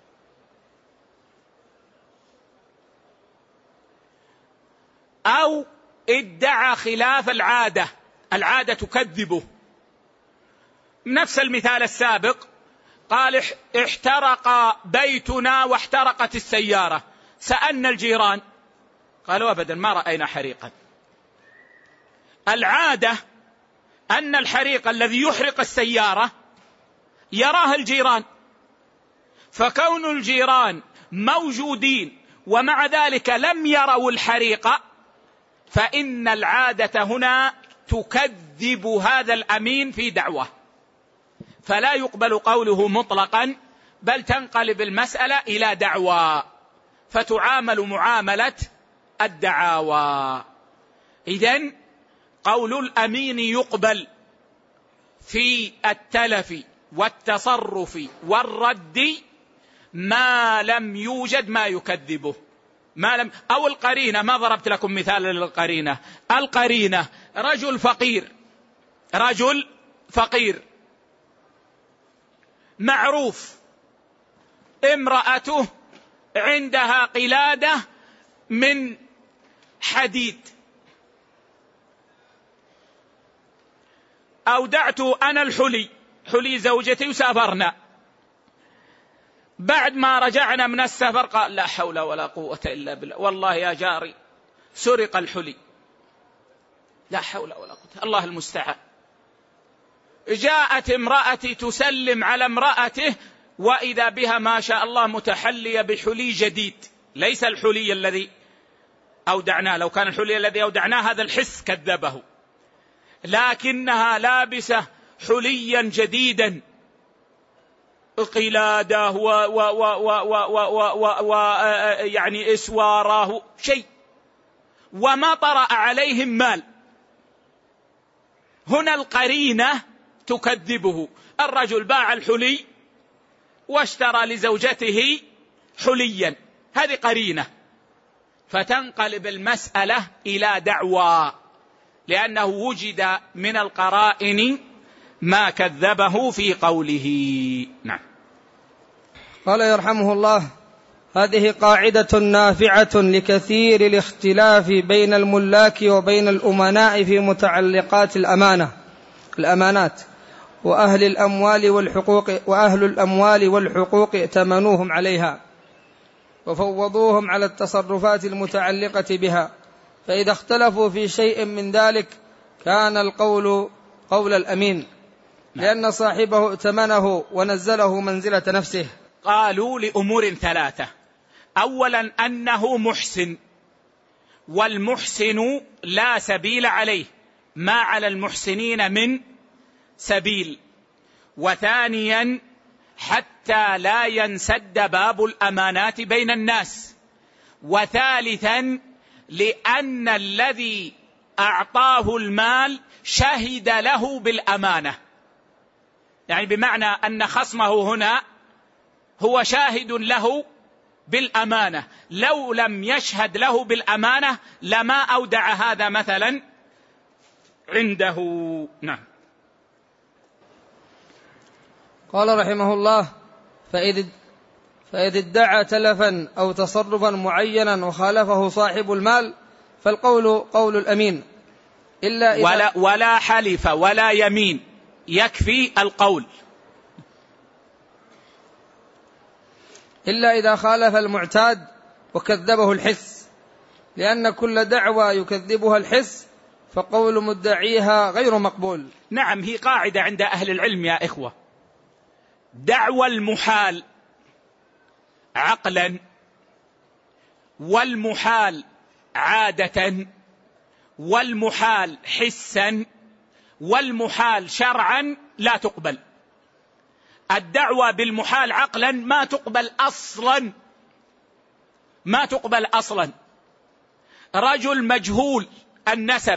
أو ادعى خلاف العادة، العادة تكذبه. نفس المثال السابق، قال احترق بيتنا واحترقت السيارة، سألنا الجيران قالوا أبدا ما رأينا حريقا. العادة أن الحريق الذي يحرق السيارة يراه الجيران، فكون الجيران موجودين ومع ذلك لم يروا الحريق فإن العادة هنا تكذب هذا الأمين في دعوة، فلا يقبل قوله مطلقا، بل تنقلب المسألة إلى دعوى، فتعامل معاملة الدعاوى. إذن قول الأمين يقبل في التلف والتصرف والرد ما لم يوجد ما يكذبه، ما لم أو القرينة. ما ضربت لكم مثال للقرينة. القرينة رجل فقير، رجل فقير معروف، امرأته عندها قلادة من حديد، أودعت أنا الحلي، حلي زوجتي، وسافرنا. بعد ما رجعنا من السفر قال لا حول ولا قوة إلا بالله، والله يا جاري سرق الحلي. لا حول ولا قوة، الله المستعان. جاءت امرأتي تسلم على امرأته، وإذا بها ما شاء الله متحلية بحلي جديد، ليس الحلي الذي أودعناه. لو كان الحلي الذي أودعناه هذا الحس كذبه، لكنها لابسة حليا جديدا، قلادة و و و و و و و يعني إسواره شيء، وما طرأ عليهم مال. هنا القرينة تكذبه. الرجل باع الحلي واشترى لزوجته حليا، هذه قرينة، فتنقلب المسألة إلى دعوى، لأنه وجد من القرائن ما كذبه في قوله. نعم. قال يرحمه الله: هذه قاعدة نافعة لكثير الاختلاف بين الملاك وبين الأمناء في متعلقات الأمانة الأمانات، وأهل الأموال والحقوق وأهل الأموال والحقوق ائتمنوهم عليها وفوضوهم على التصرفات المتعلقة بها، فإذا اختلفوا في شيء من ذلك كان القول قول الأمين، لأن صاحبه ائتمنه ونزله منزلة نفسه. قالوا لأمور ثلاثة: أولا أنه محسن، والمحسن لا سبيل عليه، ما على المحسنين من سبيل. وثانيا حتى لا ينسد باب الأمانات بين الناس. وثالثا لأن الذي أعطاه المال شهد له بالأمانة، يعني بمعنى أن خصمه هنا هو شاهد له بالأمانة، لو لم يشهد له بالأمانة لما أودع هذا مثلا عنده. نعم. قال رحمه الله: فإذ فإذ ادعى تلفا أو تصرفا معينا وخالفه صاحب المال فالقول قول الأمين، إلا إذا ولا, ولا حلف ولا يمين، يكفي القول، إلا إذا خالف المعتاد وكذبه الحس، لأن كل دعوى يكذبها الحس فقول مدعيها غير مقبول. نعم، هي قاعدة عند أهل العلم يا إخوة: دعوى المحال عقلا والمحال عادة والمحال حسا والمحال شرعا لا تقبل. الدعوى بالمحال عقلا ما تقبل أصلا، ما تقبل أصلا. رجل مجهول النسب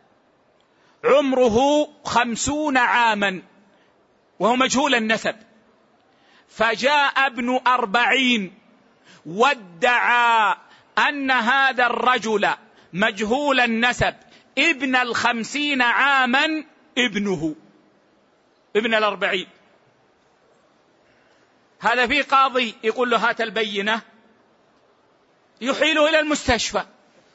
عمره خمسون عاما وهو مجهول النسب، فجاء ابن أربعين وادعى أن هذا الرجل مجهول النسب ابن الخمسين عاما ابنه ابن الأربعين. هذا في قاضي يقول له هات البينة، يحيله إلى المستشفى.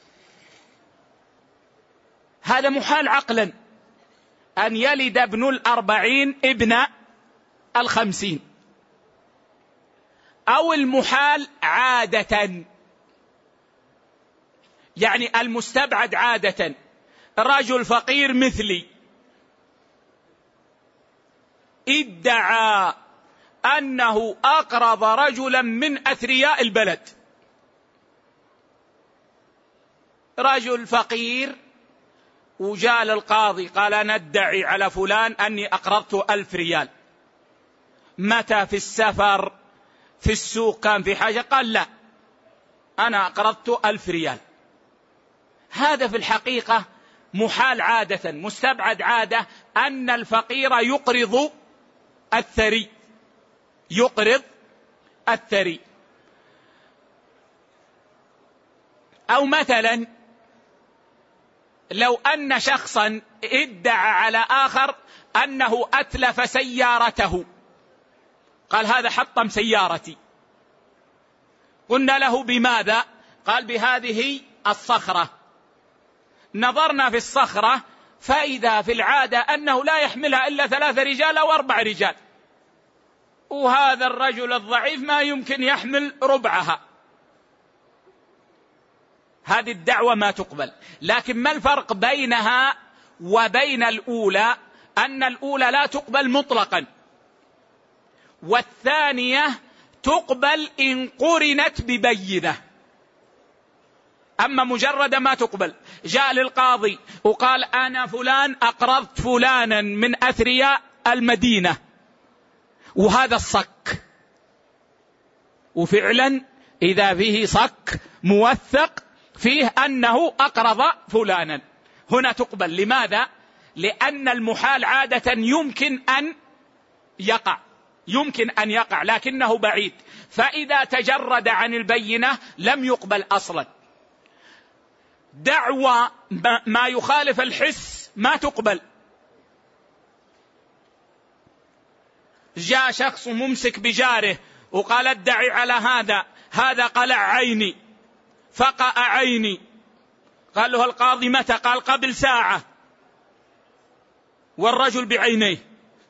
هذا محال عقلا أن يلد ابن الأربعين ابن الخمسين. أو المحال عادة، يعني المستبعد عادة، رجل فقير مثلي ادعى أنه أقرض رجلا من أثرياء البلد، رجل فقير وجاء للقاضي قال أنا أدعي على فلان أني أقرضت ألف ريال. متى؟ في السفر، في السوق، كان في حاجة، قال لا أنا أقرضت ألف ريال. هذا في الحقيقة محال عادة، مستبعد عادة أن الفقير يقرض الثري، يقرض الثري. أو مثلا لو أن شخصا ادعى على آخر أنه أتلف سيارته، قال هذا حطم سيارتي، قلنا له بماذا؟ قال بهذه الصخرة. نظرنا في الصخرة فإذا في العادة أنه لا يحملها إلا ثلاثة رجال أو أربع رجال، وهذا الرجل الضعيف ما يمكن يحمل ربعها. هذه الدعوة ما تقبل. لكن ما الفرق بينها وبين الأولى؟ أن الأولى لا تقبل مطلقا، والثانية تقبل إن قرنت ببينة. أما مجرد ما تقبل، جاء للقاضي وقال أنا فلان أقرضت فلانا من أثرياء المدينة وهذا الصك، وفعلا إذا فيه صك موثق فيه أنه أقرض فلانا، هنا تقبل. لماذا؟ لأن المحال عادة يمكن أن يقع، يمكن أن يقع لكنه بعيد، فإذا تجرد عن البينة لم يقبل أصلا. دعوى ما يخالف الحس ما تقبل. جاء شخص ممسك بجاره وقال ادعي على هذا، هذا قلع عيني، فقأ عيني. قال له القاضي متى؟ قال قبل ساعة، والرجل بعينيه.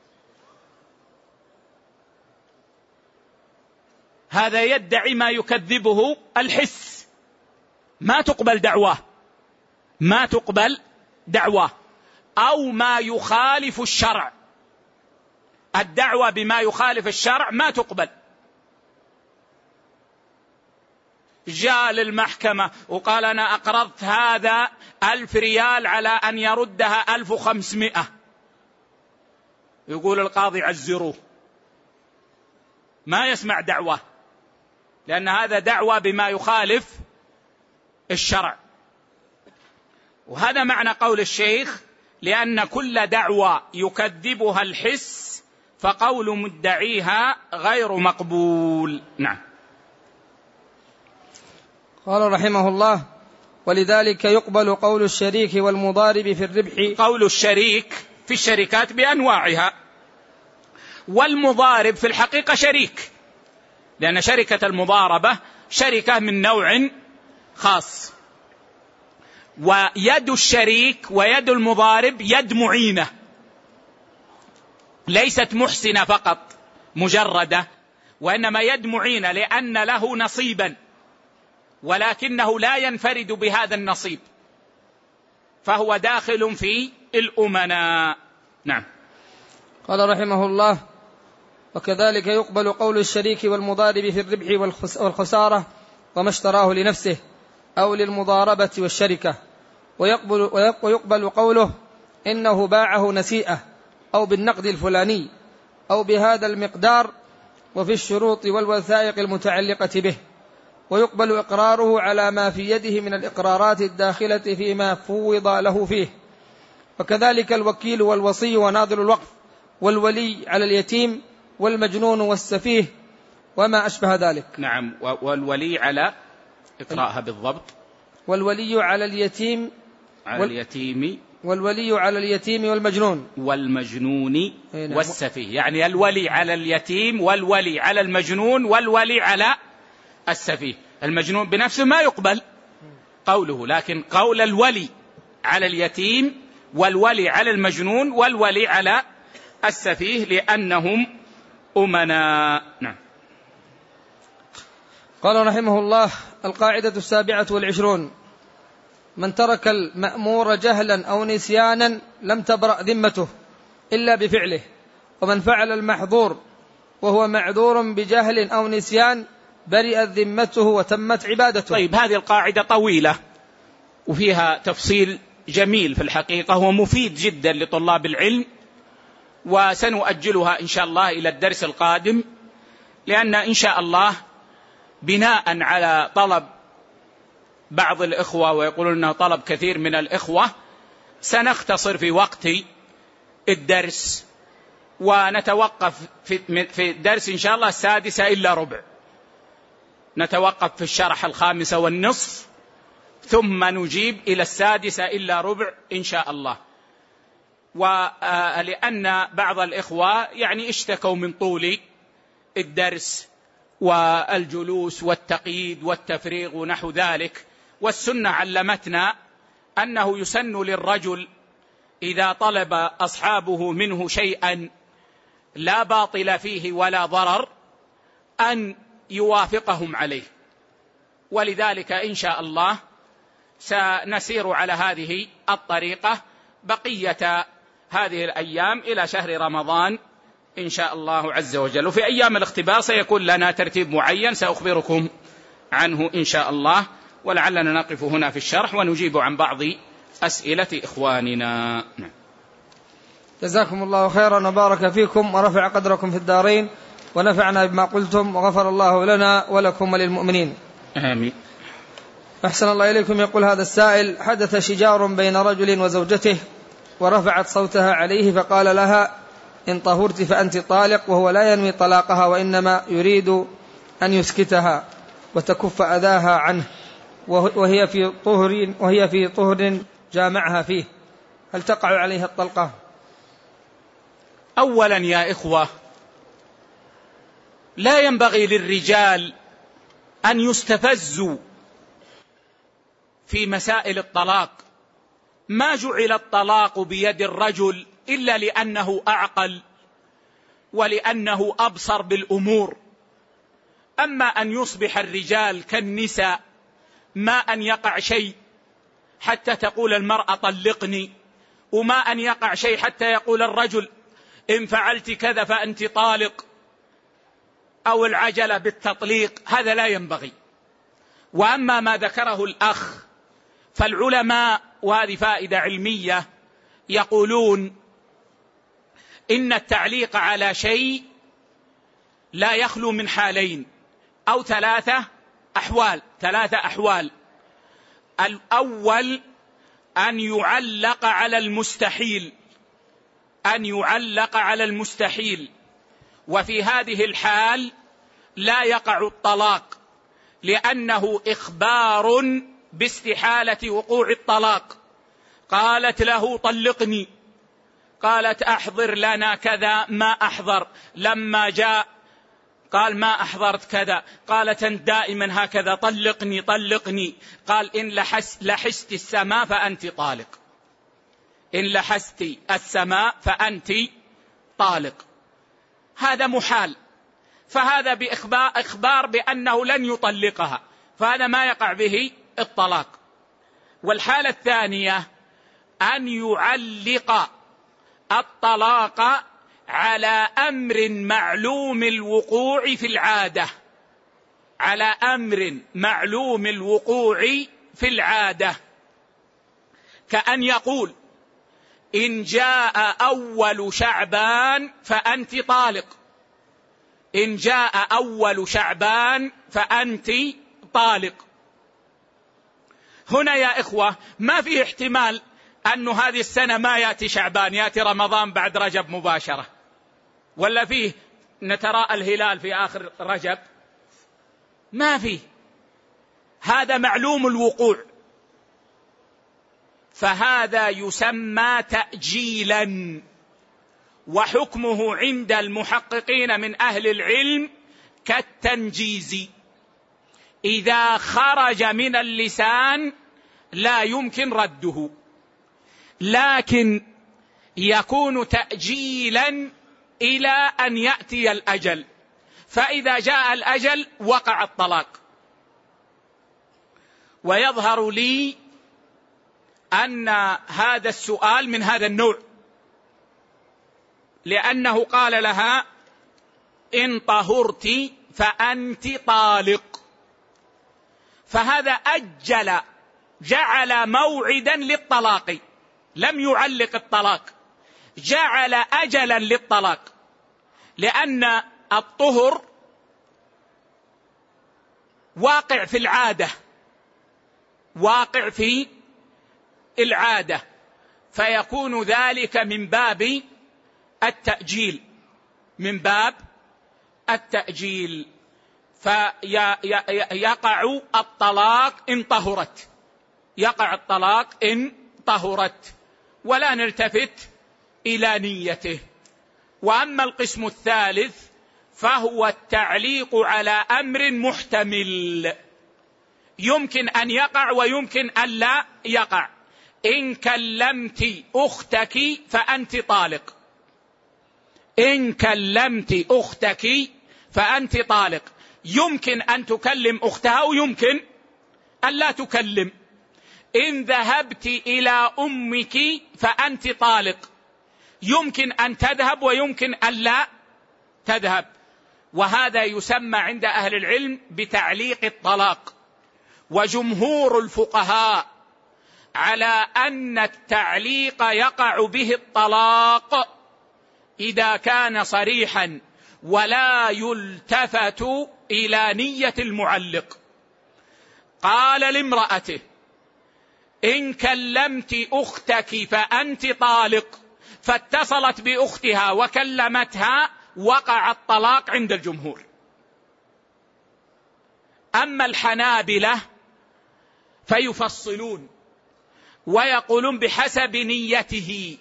هذا يدعي ما يكذبه الحس، ما تقبل دعواه، ما تقبل دعواه. أو ما يخالف الشرع، الدعوة بما يخالف الشرع ما تقبل. جاء للمحكمة وقال أنا أقرضت هذا ألف ريال على أن يردها ألف وخمسمائة، يقول القاضي عزروه، ما يسمع دعوة، لأن هذا دعوة بما يخالف الشرع. وهذا معنى قول الشيخ لأن كل دعوة يكذبها الحس فقول مدعيها غير مقبول. نعم. قال رحمه الله: ولذلك يقبل قول الشريك والمضارب في الربح. قول الشريك في الشركات بأنواعها، والمضارب في الحقيقة شريك، لأن شركة المضاربة شركة من نوع خاص، ويد الشريك ويد المضارب يد معينة، ليست محسنة فقط مجردة، وإنما يد معينة لأن له نصيبا ولكنه لا ينفرد بهذا النصيب، فهو داخل في الأمناء. نعم. قال رحمه الله: وكذلك يقبل قول الشريك والمضارب في الربح والخسارة وما اشتراه لنفسه أو للمضاربة والشركة، ويقبل, ويقبل قوله إنه باعه نسيئة أو بالنقد الفلاني أو بهذا المقدار وفي الشروط والوثائق المتعلقة به، ويقبل إقراره على ما في يده من الإقرارات الداخلة فيما فوض له فيه. وكذلك الوكيل والوصي وناظر الوقف والولي على اليتيم والمجنون والسفيه وما أشبه ذلك. نعم. والولي على اقرأها بالضبط. والولي على اليتيم على وال... اليتيم والولي على اليتيم والمجنون والمجنون والسفيه، يعني الولي على اليتيم والولي على المجنون والولي على السفيه. المجنون بنفسه ما يقبل قوله، لكن قول الولي على اليتيم والولي على المجنون والولي على السفيه لأنهم أمناء. نعم. قال رحمه الله: القاعدة السابعة والعشرون: من ترك المأمور جهلا أو نسيانا لم تبرأ ذمته إلا بفعله، ومن فعل المحظور وهو معذور بجهل أو نسيان برئت ذمته وتمت عبادته. طيب، هذه القاعدة طويلة وفيها تفصيل جميل في الحقيقة ومفيد جدا لطلاب العلم، وسنؤجلها إن شاء الله إلى الدرس القادم، لأن إن شاء الله بناء على طلب بعض الإخوة ويقولون أنه طلب كثير من الإخوة، سنختصر في وقت الدرس ونتوقف في الدرس إن شاء الله السادسة إلا ربع، نتوقف في الشرح الخامسة والنصف ثم نجيب إلى السادسة إلا ربع إن شاء الله. ولأن بعض الإخوة يعني اشتكوا من طول الدرس والجلوس والتقييد والتفريغ ونحو ذلك، والسنة علمتنا أنه يسن للرجل إذا طلب أصحابه منه شيئا لا باطل فيه ولا ضرر أن يوافقهم عليه، ولذلك إن شاء الله سنسير على هذه الطريقة بقية هذه الأيام إلى شهر رمضان إن شاء الله عز وجل. وفي أيام الاختبار سيكون لنا ترتيب معين سأخبركم عنه إن شاء الله، ولعلنا نقف هنا في الشرح ونجيب عن بعض أسئلة إخواننا. جزاكم الله خيرا وبارك فيكم ورفع قدركم في الدارين ونفعنا بما قلتم وغفر الله لنا ولكم وللمؤمنين آمين. أحسن الله إليكم. يقول هذا السائل: حدث شجار بين رجل وزوجته ورفعت صوتها عليه فقال لها: إن طهرت فأنت طالق، وهو لا ينوي طلاقها وإنما يريد أن يسكتها وتكف أذاها عنه وهي في طهر وهي في طهر جامعها فيه، هل تقع عليها الطلقة؟ أولا يا إخوة، لا ينبغي للرجال أن يستفزوا في مسائل الطلاق. ما جعل الطلاق بيد الرجل إلا لأنه أعقل ولأنه أبصر بالأمور. أما أن يصبح الرجال كالنساء، ما أن يقع شيء حتى تقول المرأة طلقني، وما أن يقع شيء حتى يقول الرجل إن فعلت كذا فأنت طالق، أو العجلة بالتطليق، هذا لا ينبغي. وأما ما ذكره الأخ فالعلماء، وهذه فائدة علمية، يقولون إن التعليق على شيء لا يخلو من حالين أو ثلاثة أحوال ثلاثة أحوال الأول أن يعلق على المستحيل أن يعلق على المستحيل وفي هذه الحال لا يقع الطلاق، لأنه إخبار باستحالة وقوع الطلاق. قالت له طلقني، قالت أحضر لنا كذا، ما أحضر، لما جاء قال ما أحضرت كذا، قالت دائما هكذا طلقني طلقني، قال إن لحس لحست السماء فأنت طالق، إن لحست السماء فأنت طالق. هذا محال، فهذا بإخبار إخبار بأنه لن يطلقها، فهذا ما يقع به الطلاق. والحالة الثانية أن يعلق الطلاق على أمر معلوم الوقوع في العادة على أمر معلوم الوقوع في العادة كأن يقول إن جاء أول شعبان فأنت طالق، إن جاء أول شعبان فأنت طالق. هنا يا إخوة ما في احتمال أن هذه السنة ما يأتي شعبان، يأتي رمضان بعد رجب مباشرة، ولا فيه نتراءى الهلال في آخر رجب، ما فيه. هذا معلوم الوقوع، فهذا يسمى تأجيلا، وحكمه عند المحققين من أهل العلم كالتنجيز، إذا خرج من اللسان لا يمكن رده، لكن يكون تأجيلا إلى أن يأتي الأجل، فإذا جاء الأجل وقع الطلاق. ويظهر لي أن هذا السؤال من هذا النوع، لأنه قال لها إن طهرت فأنت طالق، فهذا أجل، جعل موعدا للطلاق، لم يعلق الطلاق، جعل أجلا للطلاق، لأن الطهر واقع في العادة، واقع في العادة، فيكون ذلك من باب التأجيل، من باب التأجيل. فيقع الطلاق إن طهرت، يقع الطلاق إن طهرت، ولا نلتفت إلى نيته. وأما القسم الثالث فهو التعليق على أمر محتمل، يمكن أن يقع ويمكن أن لا يقع. إن كلمت أختك فأنت طالق، إن كلمت أختك فأنت طالق، يمكن أن تكلم أختها ويمكن أن لا تكلم. إن ذهبت إلى أمك فأنت طالق، يمكن أن تذهب ويمكن أن لا تذهب. وهذا يسمى عند أهل العلم بتعليق الطلاق. وجمهور الفقهاء على أن التعليق يقع به الطلاق إذا كان صريحا ولا يلتفت إلى نية المعلق. قال لامرأته: إن كلمت أختك فأنت طالق، فاتصلت بأختها وكلمتها، وقع الطلاق عند الجمهور. أما الحنابلة فيفصلون ويقولون بحسب نيته،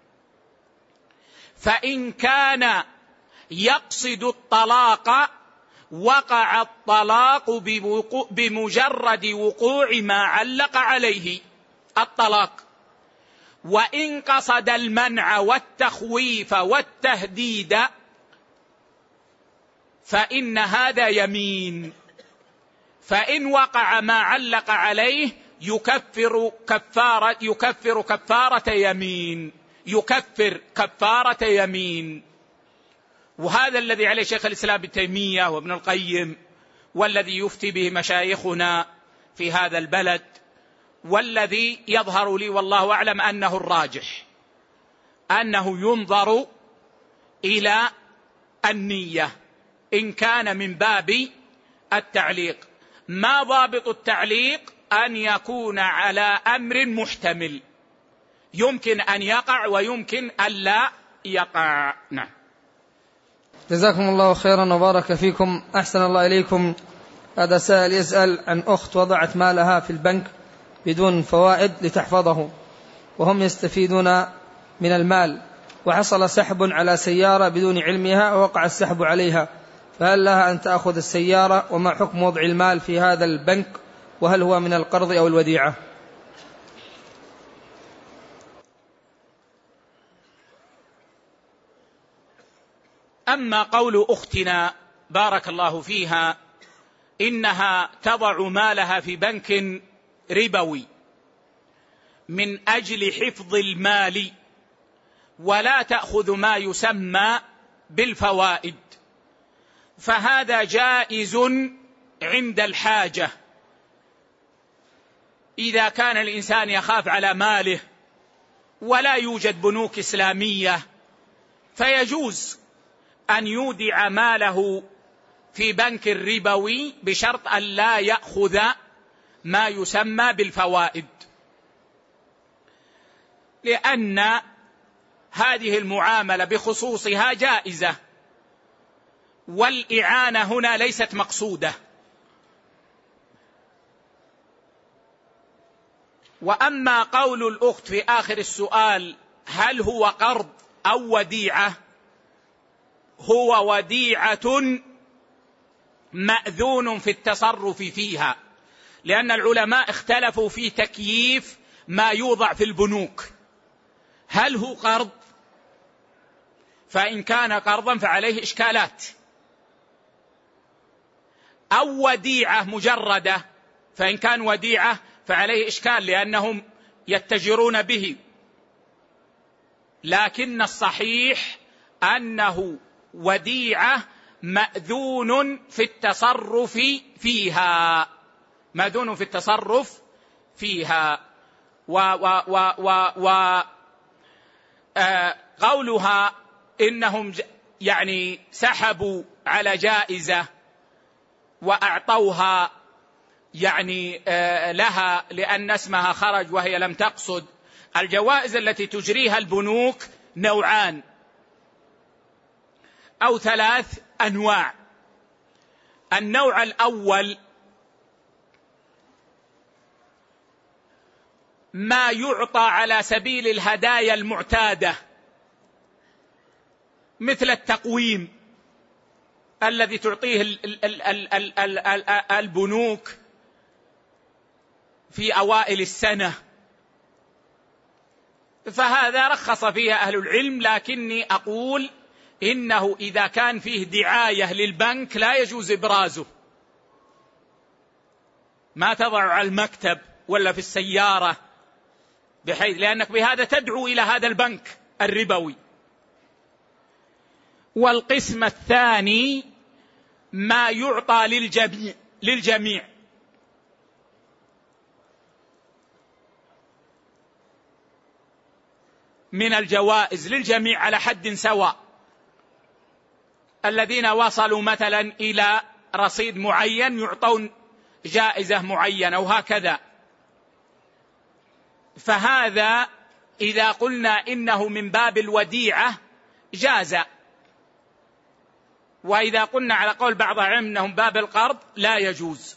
فإن كان يقصد الطلاق وقع الطلاق بمجرد وقوع ما علق عليه الطلاق. وإن قصد المنع والتخويف والتهديد فإن هذا يمين، فإن وقع ما علق عليه يكفر كفارة يكفر كفارة يمين، يكفر كفارة يمين. وهذا الذي عليه شيخ الإسلام ابن تيمية وابن القيم، والذي يفتي به مشايخنا في هذا البلد، والذي يظهر لي والله أعلم أنه الراجح، أنه ينظر إلى النية إن كان من باب التعليق. ما ضابط التعليق؟ أن يكون على أمر محتمل، يمكن أن يقع ويمكن أن لا يقع. نعم. جزاكم الله خيرا وبارك فيكم. أحسن الله إليكم. هذا سائل يسأل عن أخت وضعت مالها في البنك بدون فوائد لتحفظه، وهم يستفيدون من المال، وحصل سحب على سيارة بدون علمها ووقع السحب عليها، فهل لها أن تأخذ السيارة؟ وما حكم وضع المال في هذا البنك؟ وهل هو من القرض أو الوديعة؟ أما قول أختنا بارك الله فيها إنها تضع مالها في بنك ربوي من أجل حفظ المال ولا تأخذ ما يسمى بالفوائد، فهذا جائز عند الحاجة، إذا كان الإنسان يخاف على ماله ولا يوجد بنوك إسلامية، فيجوز أن يودع ماله في بنك ربوي بشرط أن لا يأخذ ما يسمى بالفوائد، لأن هذه المعاملة بخصوصها جائزة، والإعانة هنا ليست مقصودة. وأما قول الأخت في آخر السؤال هل هو قرض أو وديعة؟ هو وديعة مأذون في التصرف فيها، لأن العلماء اختلفوا في تكييف ما يوضع في البنوك، هل هو قرض؟ فإن كان قرضا فعليه إشكالات، أو وديعة مجردة، فإن كان وديعة فعليه إشكال لأنهم يتجرون به، لكن الصحيح أنه وديعة مأذون في التصرف فيها، مأذون في التصرف فيها. و و و و و آه قولها إنهم يعني سحبوا على جائزة وأعطوها يعني لها لأن اسمها خرج وهي لم تقصد. الجوائز التي تجريها البنوك نوعان أو ثلاث أنواع. النوع الأول ما يعطى على سبيل الهدايا المعتادة، مثل التقويم الذي تعطيه البنوك في أوائل السنة، فهذا رخص فيها أهل العلم، لكني أقول إنه إذا كان فيه دعاية للبنك لا يجوز إبرازه، ما تضع على المكتب ولا في السيارة، بحيث لأنك بهذا تدعو إلى هذا البنك الربوي. والقسم الثاني ما يعطى للجميع للجميع من الجوائز للجميع على حد سواء، الذين وصلوا مثلا إلى رصيد معين يعطون جائزة معينة وهكذا. فهذا إذا قلنا إنه من باب الوديعة جاز، وإذا قلنا على قول بعض العلماء إنه من باب القرض لا يجوز.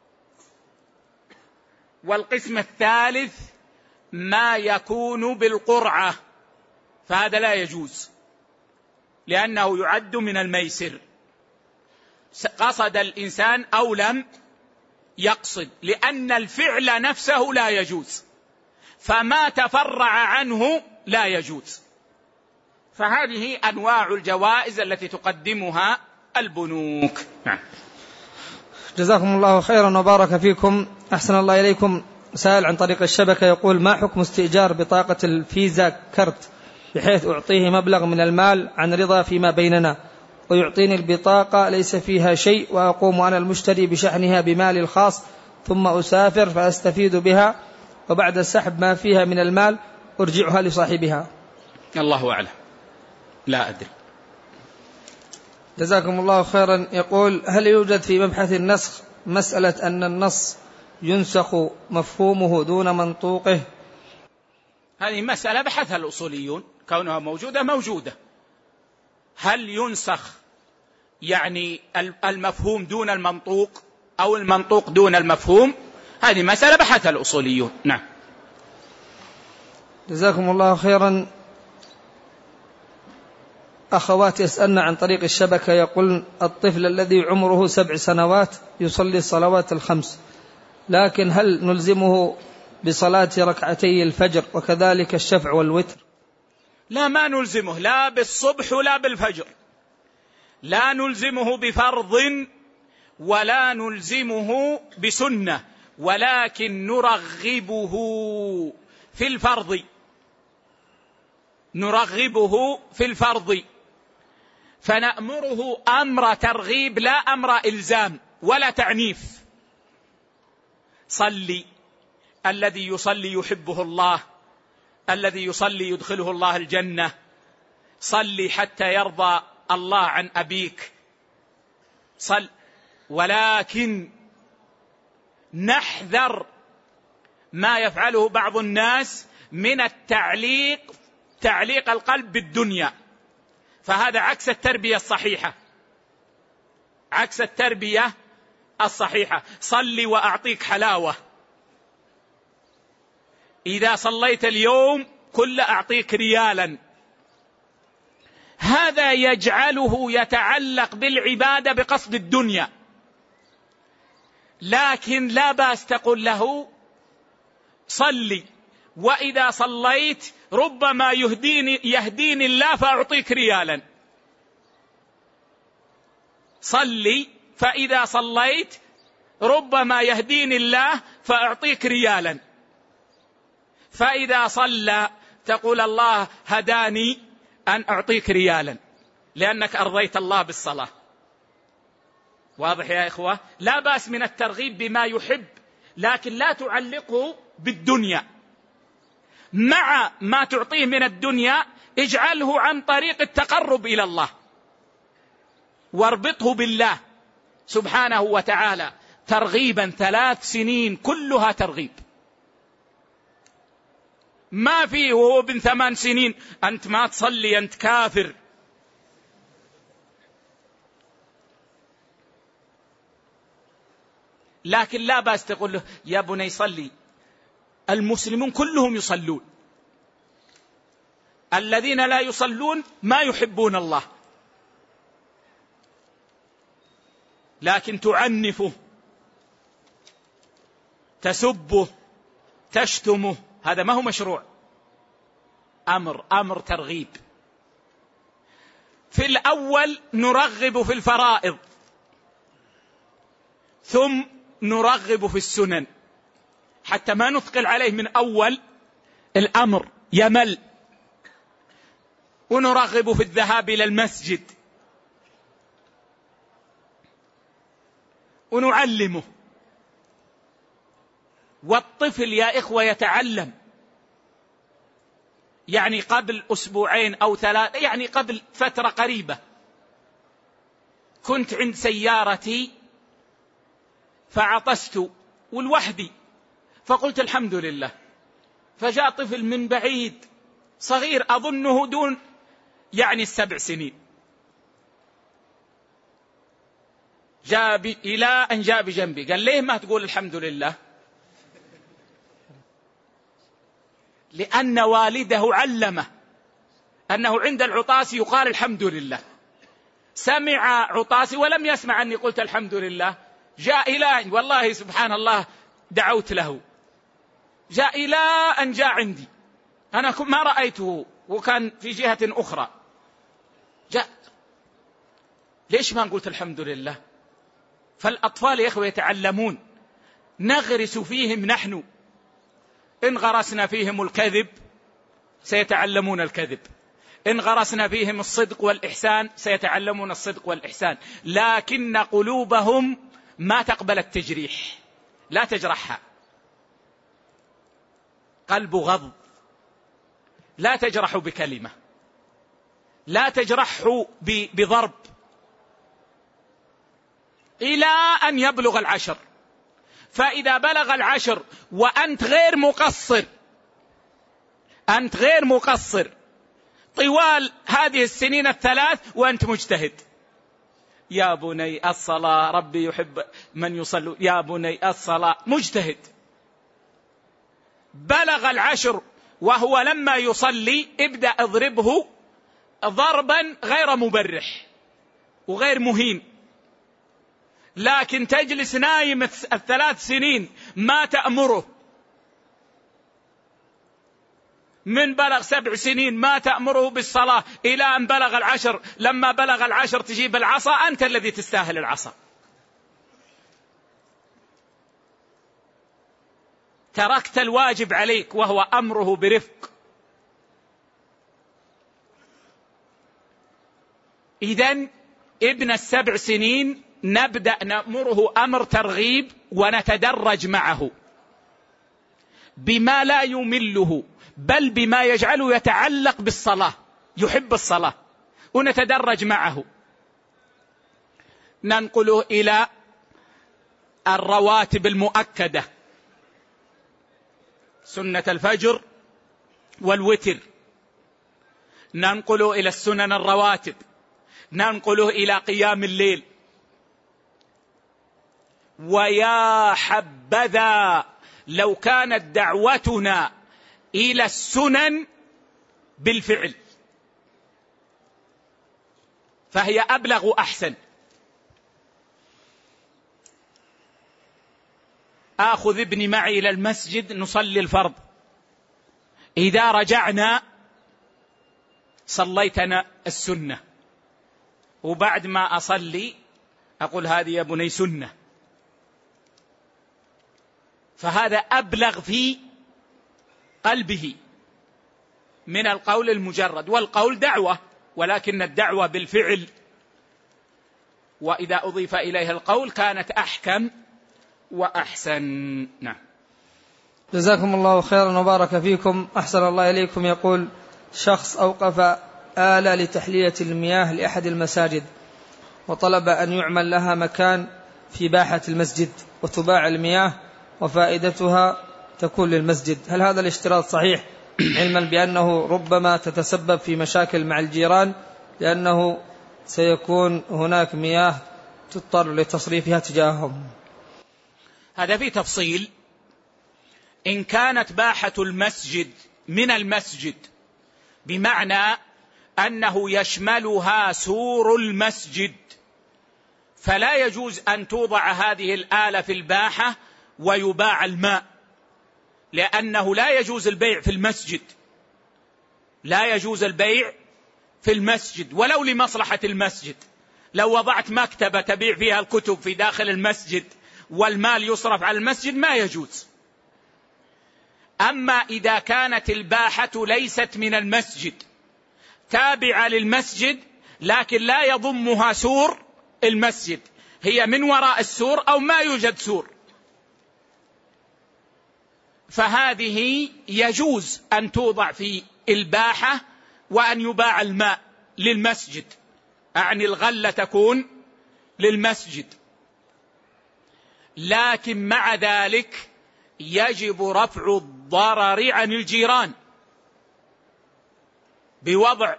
والقسم الثالث ما يكون بالقرعة، فهذا لا يجوز لأنه يعد من الميسر، قصد الإنسان أو لم يقصد، لأن الفعل نفسه لا يجوز، فما تفرع عنه لا يجوز. فهذه أنواع الجوائز التي تقدمها البنوك. نعم. جزاكم الله خيرا وبارك فيكم. أحسن الله إليكم. سائل عن طريق الشبكة يقول: ما حكم استئجار بطاقة الفيزا كرت بحيث أعطيه مبلغ من المال عن رضا فيما بيننا، ويعطيني البطاقة ليس فيها شيء، وأقوم أنا المشتري بشحنها بمالي الخاص، ثم أسافر فأستفيد بها، وبعد سحب ما فيها من المال أرجعها لصاحبها؟ الله أعلم، لا أدري. جزاكم الله خيرا. يقول: هل يوجد في مبحث النسخ مسألة أن النص ينسخ مفهومه دون منطوقه؟ هذه مسألة بحثها الأصوليون، كونها موجودة موجودة. هل ينسخ يعني المفهوم دون المنطوق أو المنطوق دون المفهوم؟ هذه مسألة بحثها الأصوليون. نعم. جزاكم الله خيرا. أخوات يسألن عن طريق الشبكة، يقول: الطفل الذي عمره سبع سنوات يصلي الصلوات الخمس، لكن هل نلزمه بصلاة ركعتي الفجر وكذلك الشفع والوتر؟ لا، ما نلزمه لا بالصبح ولا بالفجر، لا نلزمه بفرض ولا نلزمه بسنة، ولكن نرغبه في الفرض، نرغبه في الفرض، فنأمره أمر ترغيب لا أمر إلزام ولا تعنيف. صلي، الذي يصلي يحبه الله، الذي يصلي يدخله الله الجنة، صلي حتى يرضى الله عن أبيك، صل. ولكن نحذر ما يفعله بعض الناس من التعليق، تعليق القلب بالدنيا، فهذا عكس التربية الصحيحة، عكس التربية الصحيحة. صلي وأعطيك حلاوة، إذا صليت اليوم كل أعطيك ريالا، هذا يجعله يتعلق بالعبادة بقصد الدنيا. لكن لا باس تقول له: صلي، وإذا صليت ربما يهديني, يهديني الله فأعطيك ريالا. صلي، فإذا صليت ربما يهديني الله فأعطيك ريالا. فإذا صلى تقول: الله هداني أن أعطيك ريالا، لأنك أرضيت الله بالصلاة. واضح يا إخوة؟ لا بأس من الترغيب بما يحب، لكن لا تعلقه بالدنيا. مع ما تعطيه من الدنيا اجعله عن طريق التقرب إلى الله، واربطه بالله سبحانه وتعالى. ترغيبا ثلاث سنين كلها ترغيب، ما فيه وهو ابن ثمان سنين أنت ما تصلي أنت كافر. لكن لا بأس تقول له يا بني صلي، المسلمون كلهم يصلون، الذين لا يصلون ما يحبون الله، لكن تعنفه، تسبه، تشتمه، هذا ما هو مشروع. أمر أمر ترغيب. في الأول نرغب في الفرائض، ثم نرغب في السنن حتى ما نثقل عليه من أول الأمر يمل، ونرغب في الذهاب إلى المسجد ونعلمه. والطفل يا إخوة يتعلم، يعني قبل أسبوعين أو ثلاثة، يعني قبل فترة قريبة كنت عند سيارتي فعطست والوحدي، فقلت الحمد لله، فجاء طفل من بعيد صغير أظنه دون يعني السبع سنين، جاء إلى أن جاء بجنبي قال ليه ما تقول الحمد لله؟ لأن والده علمه أنه عند العطاس يقال الحمد لله، سمع عطاسي ولم يسمع أني قلت الحمد لله، جاء إلى والله سبحان الله دعوت له، جاء إلى أن جاء عندي، أنا ما رأيته وكان في جهة أخرى، جاء ليش ما قلت الحمد لله؟ فالأطفال يا إخوة يتعلمون، نغرس فيهم نحن، إن غرسنا فيهم الكذب سيتعلمون الكذب، إن غرسنا فيهم الصدق والإحسان سيتعلمون الصدق والإحسان، لكن قلوبهم ما تقبل التجريح، لا تجرحها، قلب غض، لا تجرح بكلمة، لا تجرحه بضرب، إلى أن يبلغ العشر. فإذا بلغ العشر وأنت غير مقصر، أنت غير مقصر طوال هذه السنين الثلاث وأنت مجتهد، يا بني الصلاة ربي يحب من يصلي، يا بني الصلاة، مجتهد. بلغ العشر وهو لما يصلي ابدأ اضربه ضربا غير مبرح وغير مهين، لكن تجلس نايم الثلاث سنين ما تأمره، من بلغ سبع سنين ما تأمره بالصلاة إلى أن بلغ العشر، لما بلغ العشر تجيب العصا، أنت الذي تستاهل العصا. تركت الواجب عليك وهو أمره برفق. إذن ابن السبع سنين نبدأ نأمره أمر ترغيب ونتدرج معه بما لا يمله، بل بما يجعله يتعلق بالصلاة، يحب الصلاة، ونتدرج معه، ننقله إلى الرواتب المؤكدة، سنة الفجر والوتر، ننقله إلى السنن الرواتب، ننقله إلى قيام الليل. ويا حبذا لو كانت دعوتنا إلى السنن بالفعل، فهي أبلغ وأحسن. آخذ ابني معي إلى المسجد نصلي الفرض، إذا رجعنا صليتنا السنة، وبعد ما أصلي أقول هذه يا بني سنة، فهذا أبلغ في قلبه من القول المجرد، والقول دعوة، ولكن الدعوة بالفعل، وإذا أضيف إليها القول كانت أحكم وأحسن. نعم. جزاكم الله خيرا وبارك فيكم. أحسن الله إليكم. يقول شخص أوقف آلة لتحلية المياه لأحد المساجد، وطلب أن يعمل لها مكان في باحة المسجد وتباع المياه وفائدتها تكون للمسجد، هل هذا الاشتراط صحيح، علما بأنه ربما تتسبب في مشاكل مع الجيران لأنه سيكون هناك مياه تضطر لتصريفها تجاههم؟ هذا في تفصيل. إن كانت باحة المسجد من المسجد بمعنى أنه يشملها سور المسجد، فلا يجوز أن توضع هذه الآلة في الباحة ويباع الماء، لأنه لا يجوز البيع في المسجد، لا يجوز البيع في المسجد ولو لمصلحة المسجد. لو وضعت مكتبة تبيع فيها الكتب في داخل المسجد والمال يصرف على المسجد ما يجوز. أما إذا كانت الباحة ليست من المسجد تابعة للمسجد لكن لا يضمها سور المسجد، هي من وراء السور أو ما يوجد سور، فهذه يجوز أن توضع في الباحة وأن يباع الماء للمسجد، أعني الغلة تكون للمسجد. لكن مع ذلك يجب رفع الضرر عن الجيران بوضع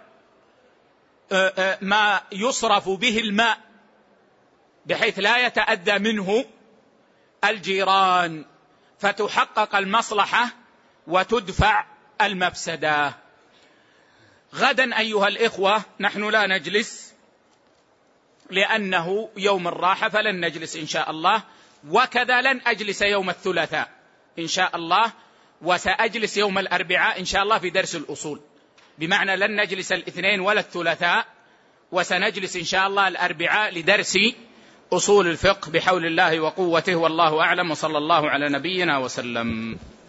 ما يصرف به الماء بحيث لا يتأذى منه الجيران، فتحقق المصلحة وتدفع المفسدة. غدا أيها الإخوة نحن لا نجلس لأنه يوم الراحة، فلن نجلس إن شاء الله، وكذا لن أجلس يوم الثلاثاء إن شاء الله، وسأجلس يوم الأربعاء إن شاء الله في درس الأصول، بمعنى لن نجلس الاثنين ولا الثلاثاء، وسنجلس إن شاء الله الأربعاء لدرس أصول الفقه بحول الله وقوته، والله أعلم، وصلى الله على نبينا وسلم.